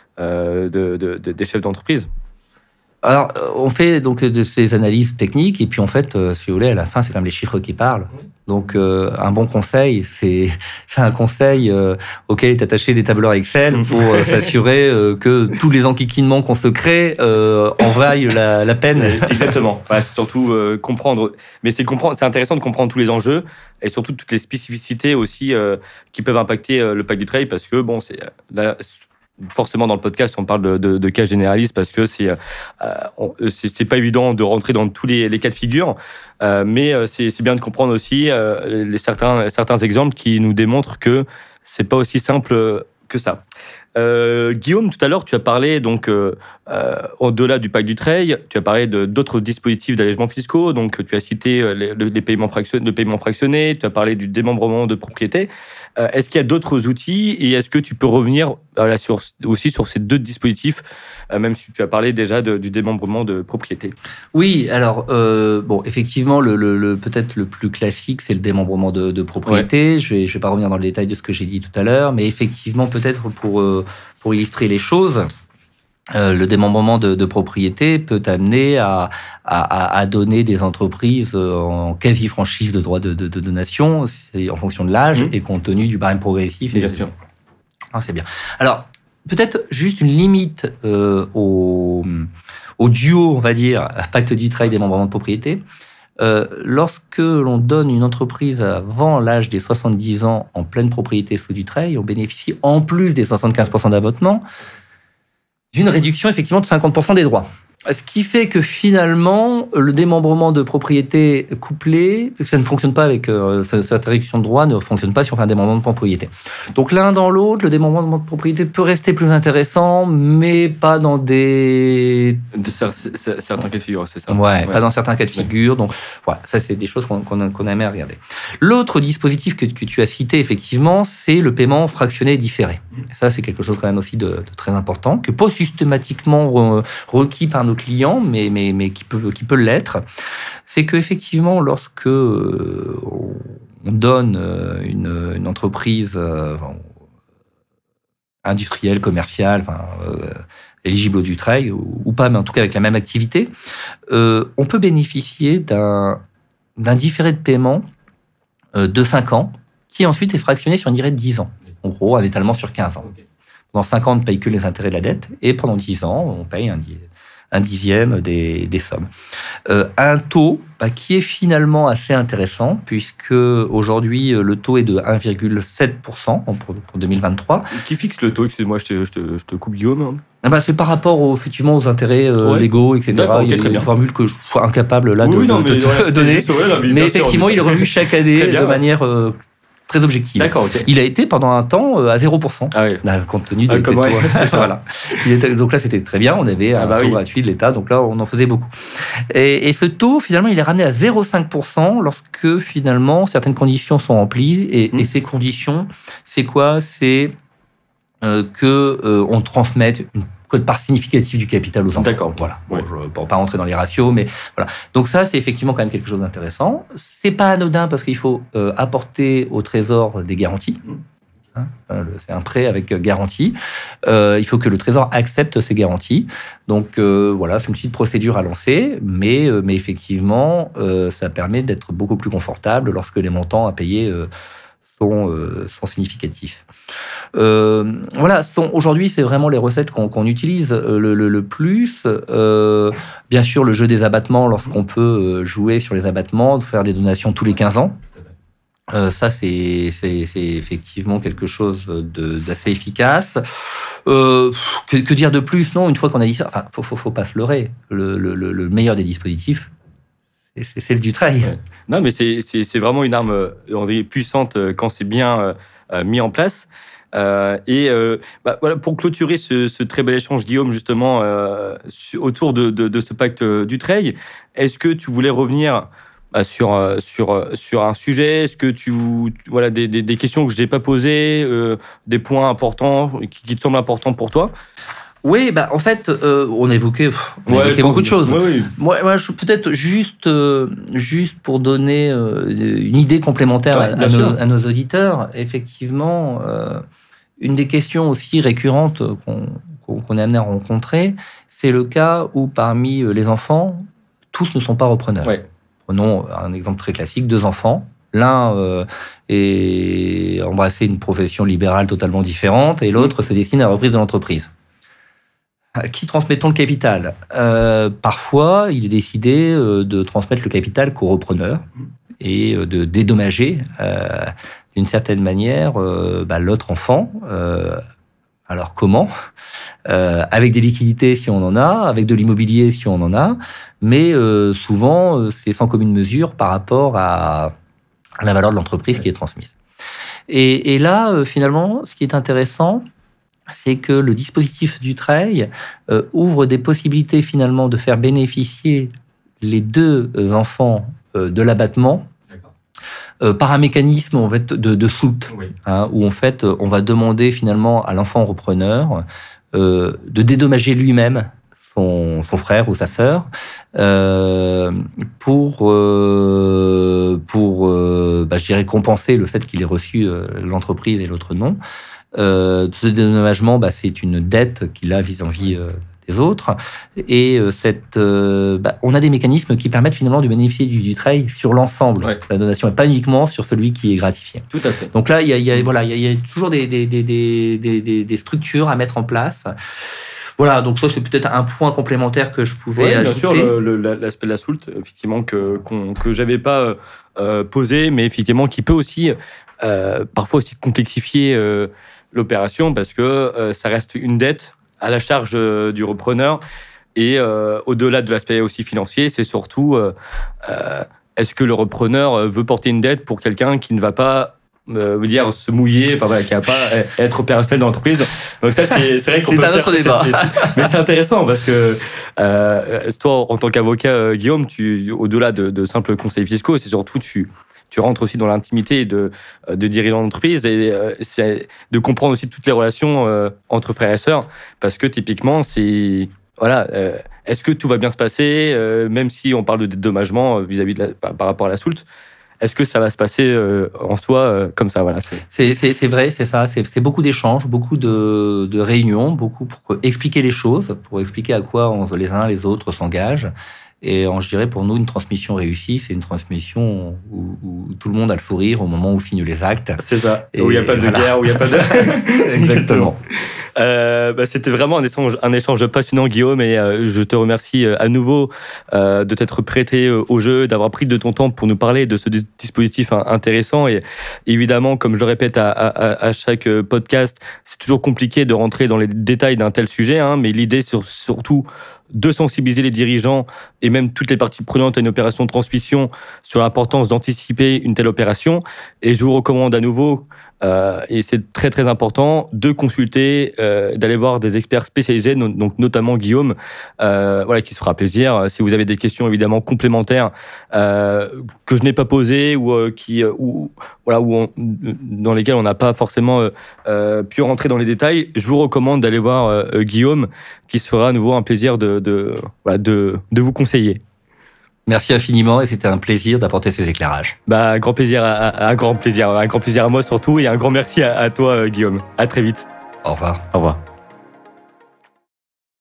euh, de, de, de, des chefs d'entreprise. Alors, on fait donc de ces analyses techniques, et puis en fait, euh, si vous voulez, à la fin, c'est quand même les chiffres qui parlent. Oui. Donc, euh, un bon conseil, c'est, c'est un conseil euh, auquel est attaché des tableurs Excel pour euh, s'assurer euh, que tous les enquiquinements qu'on se crée euh, en vaillent la, la peine. Exactement. Voilà, c'est surtout euh, comprendre. Mais c'est, comprendre, c'est intéressant de comprendre tous les enjeux et surtout toutes les spécificités aussi euh, qui peuvent impacter euh, le pacte du trail, parce que, bon, c'est... Là, forcément, dans le podcast, on parle de, de, de cas généralistes parce que c'est, euh, on, c'est, c'est pas évident de rentrer dans tous les, les cas de figure, euh, mais c'est, c'est bien de comprendre aussi euh, les certains, certains exemples qui nous démontrent que c'est pas aussi simple que ça. Euh, Guillaume, tout à l'heure, tu as parlé, donc, euh, euh, au-delà du pacte du trail, tu as parlé de, d'autres dispositifs d'allègements fiscaux, donc tu as cité les, les paiements fractionnés, le paiement fractionné, tu as parlé du démembrement de propriété. Euh, est-ce qu'il y a d'autres outils, et est-ce que tu peux revenir voilà, sur, aussi sur ces deux dispositifs, euh, même si tu as parlé déjà de, du démembrement de propriété ? Oui, alors, euh, bon, effectivement, le, le, le, peut-être le plus classique, c'est le démembrement de, de propriété. Ouais. Je ne vais, je vais pas revenir dans le détail de ce que j'ai dit tout à l'heure, mais effectivement, peut-être pour, euh, pour illustrer les choses, euh, le démembrement de, de propriété peut amener à, à, à donner des entreprises en quasi-franchise de droits de, de, de donation, c'est en fonction de l'âge mmh. et compte tenu du barème progressif. Bien sûr. Ah, c'est bien. Alors, peut-être juste une limite euh, au, au duo, on va dire, pacte du trail, démembrement de propriété. Euh, lorsque l'on donne une entreprise avant l'âge des soixante-dix ans en pleine propriété sous du trail, on bénéficie, en plus des soixante-quinze pour cent d'abattement, d'une réduction effectivement de cinquante pour cent des droits. Ce qui fait que finalement, le démembrement de propriété couplée, ça ne fonctionne pas avec euh, cette interdiction de droit ne fonctionne pas si on fait un démembrement de propriété. Donc l'un dans l'autre, le démembrement de propriété peut rester plus intéressant, mais pas dans des de certains cas de figure, c'est ça. Ouais, ouais, pas dans certains cas de figure. Donc voilà, ça c'est des choses qu'on, qu'on, qu'on aimerait regarder. L'autre dispositif que, que tu as cité effectivement, c'est le paiement fractionné et différé. Et ça c'est quelque chose quand même aussi de, de très important, que pas systématiquement re, requis par nos clients, mais, mais, mais qui, peut, qui peut l'être, c'est qu'effectivement, lorsque euh, on donne une, une entreprise euh, industrielle, commerciale, enfin, euh, éligible au Dutreil, ou, ou pas, mais en tout cas avec la même activité, euh, on peut bénéficier d'un, d'un différé de paiement euh, de cinq ans, qui ensuite est fractionné sur une durée de dix ans. En gros, un étalement sur quinze ans. Pendant cinq ans, on ne paye que les intérêts de la dette, et pendant dix ans, on paye un un dixième des, des sommes. Euh, un taux bah, qui est finalement assez intéressant, puisque aujourd'hui, le taux est de un virgule sept pour cent pour, pour deux mille vingt-trois. Qui fixe le taux? Excuse-moi, je te, je te, je te coupe, Guillaume. Ah bah, c'est par rapport aux, effectivement, aux intérêts euh, ouais. légaux, et cetera. Okay, il y a une bien. formule que je suis incapable là, oui, de, non, de, de te donner. Juste, ouais, là, mais mais effectivement, sûr, il est revu chaque année bien, de ouais. manière... Euh, très objectif. D'accord, okay. Il a été pendant un temps à zéro pour cent, ah oui. compte tenu de ah, taux. Voilà. Il était, donc là, c'était très bien. On avait ah un bah taux oui. gratuit de l'État, donc là, on en faisait beaucoup. Et, et ce taux, finalement, il est ramené à zéro virgule cinq pour cent lorsque, finalement, certaines conditions sont remplies. Et, mmh. et ces conditions, c'est quoi? C'est euh, que euh, on transmette une quote-part significative du capital aux enfants. D'accord. Voilà. Bon, ouais. Je ne vais pas rentrer dans les ratios, mais voilà. Donc ça, c'est effectivement quand même quelque chose d'intéressant. C'est pas anodin parce qu'il faut euh, apporter au Trésor des garanties. Hein, c'est un prêt avec garantie. Euh, il faut que le Trésor accepte ces garanties. Donc euh, voilà, c'est une petite procédure à lancer, mais, euh, mais effectivement, euh, ça permet d'être beaucoup plus confortable lorsque les montants à payer euh, sont, euh, sont significatifs. Euh, voilà, sont, aujourd'hui, c'est vraiment les recettes qu'on, qu'on utilise le, le, le plus. Euh, bien sûr, le jeu des abattements, lorsqu'on peut jouer sur les abattements, faire des donations tous les quinze ans. Euh, ça, c'est, c'est, c'est effectivement quelque chose de, d'assez efficace. Euh, que, que dire de plus? Non, une fois qu'on a dit ça, enfin, faut, faut, faut pas se leurrer. Le, le, le meilleur des dispositifs, c'est, c'est le Dutreil. Ouais. Non, mais c'est, c'est, c'est vraiment une arme on dit, puissante quand c'est bien euh, mis en place. Euh, et euh, bah, voilà, pour clôturer ce, ce très bel échange, Guillaume, justement, euh, autour de, de, de ce pacte Dutreil, est-ce que tu voulais revenir bah, sur, sur, sur un sujet? Est-ce que tu... Voilà, des, des, des questions que je n'ai pas posées, euh, des points importants qui, qui te semblent importants pour toi? Oui, bah, en fait, euh, on a évoqué, on a ouais, évoqué beaucoup de choses. Oui, oui. Moi, moi je, peut-être juste, euh, juste pour donner euh, une idée complémentaire ouais, à, à, nos, à nos auditeurs, effectivement... Euh, Une des questions aussi récurrentes qu'on, qu'on est amené à rencontrer, c'est le cas où parmi les enfants, tous ne sont pas repreneurs. Ouais. Prenons un exemple très classique, deux enfants. L'un euh, est embrassé une profession libérale totalement différente et l'autre se destine à la reprise de l'entreprise. À qui transmettons le capital? euh, Parfois, il est décidé de transmettre le capital qu'au repreneur et de dédommager euh, d'une certaine manière euh, bah, l'autre enfant. Euh, alors comment? euh, Avec des liquidités si on en a, avec de l'immobilier si on en a, mais euh, souvent c'est sans commune mesure par rapport à, à la valeur de l'entreprise qui est transmise. Et, et là, euh, finalement, ce qui est intéressant, c'est que le dispositif Dutreil euh, ouvre des possibilités finalement de faire bénéficier les deux enfants euh, de l'abattement euh, par un mécanisme en fait, de, de soult, oui. hein, où en fait on va demander finalement à l'enfant repreneur euh, de dédommager lui-même son, son frère ou sa sœur euh, pour euh, pour euh, bah, je dirais compenser le fait qu'il ait reçu euh, l'entreprise et l'autre non. Euh, ce dédommagement, bah, c'est une dette qu'il a vis-à-vis euh, des autres. Et euh, cette, euh, bah, on a des mécanismes qui permettent finalement de bénéficier du Dutreil sur l'ensemble ouais. de la donation, et pas uniquement sur celui qui est gratifié. Tout à fait. Donc là, il y a, il y a, voilà, il y a, il y a toujours des, des, des, des, des, des structures à mettre en place. Voilà, donc ça, c'est peut-être un point complémentaire que je pouvais ouais, ajouter. Bien sûr, le, le, l'aspect de la soult, effectivement, que, qu'on, que j'avais pas euh, posé, mais effectivement, qui peut aussi, euh, parfois aussi complexifier euh, l'opération parce que euh, ça reste une dette à la charge euh, du repreneur Et euh, au-delà de l'aspect aussi financier, c'est surtout euh, euh, est-ce que le repreneur veut porter une dette pour quelqu'un qui ne va pas Euh, veut dire se mouiller, enfin voilà, qui va pas être opérationnel dans l'entreprise. Donc ça, c'est, c'est vrai qu'on c'est peut un autre débat. Mais c'est intéressant parce que euh, toi, en tant qu'avocat, euh, Guillaume, tu, au-delà de, de simples conseils fiscaux, c'est surtout tu tu rentres aussi dans l'intimité de de dirigeants d'entreprise et euh, c'est de comprendre aussi toutes les relations euh, entre frères et sœurs, parce que typiquement, c'est voilà. Euh, est-ce que tout va bien se passer, euh, même si on parle de dédommagement vis-à-vis de la, par, par rapport à la soulte? Est-ce que ça va se passer euh, en soi euh, comme ça, voilà. C'est, c'est, c'est, c'est vrai, c'est ça. C'est, c'est beaucoup d'échanges, beaucoup de, de réunions, beaucoup pour expliquer les choses, pour expliquer à quoi on, les uns les autres s'engagent. Et en, je dirais pour nous, une transmission réussie, c'est une transmission où, où tout le monde a le sourire au moment où signe les actes. C'est ça. Et où il n'y a pas de voilà. guerre, où il n'y a pas de... Exactement. Euh, bah, c'était vraiment un échange, un échange passionnant, Guillaume, et euh, je te remercie euh, à nouveau euh, de t'être prêté euh, au jeu, d'avoir pris de ton temps pour nous parler de ce dispositif hein, intéressant. Et évidemment, comme je le répète à, à, à chaque podcast, c'est toujours compliqué de rentrer dans les détails d'un tel sujet, hein, mais l'idée, c'est surtout de sensibiliser les dirigeants et même toutes les parties prenantes à une opération de transmission sur l'importance d'anticiper une telle opération. Et je vous recommande à nouveau, euh, et c'est très très important, de consulter, euh, d'aller voir des experts spécialisés, donc notamment Guillaume, euh, voilà, qui se fera plaisir. Si vous avez des questions évidemment complémentaires euh, que je n'ai pas posées ou euh, qui, euh, ou voilà, ou on, dans lesquelles on n'a pas forcément euh, pu rentrer dans les détails, je vous recommande d'aller voir euh, Guillaume, qui se fera à nouveau un plaisir de, de, voilà, de, de vous conseiller. Merci infiniment et c'était un plaisir d'apporter ces éclairages. Bah, un grand plaisir, à, un grand plaisir, un grand plaisir à moi surtout et un grand merci à, à toi, Guillaume. À très vite. Au revoir. Au revoir.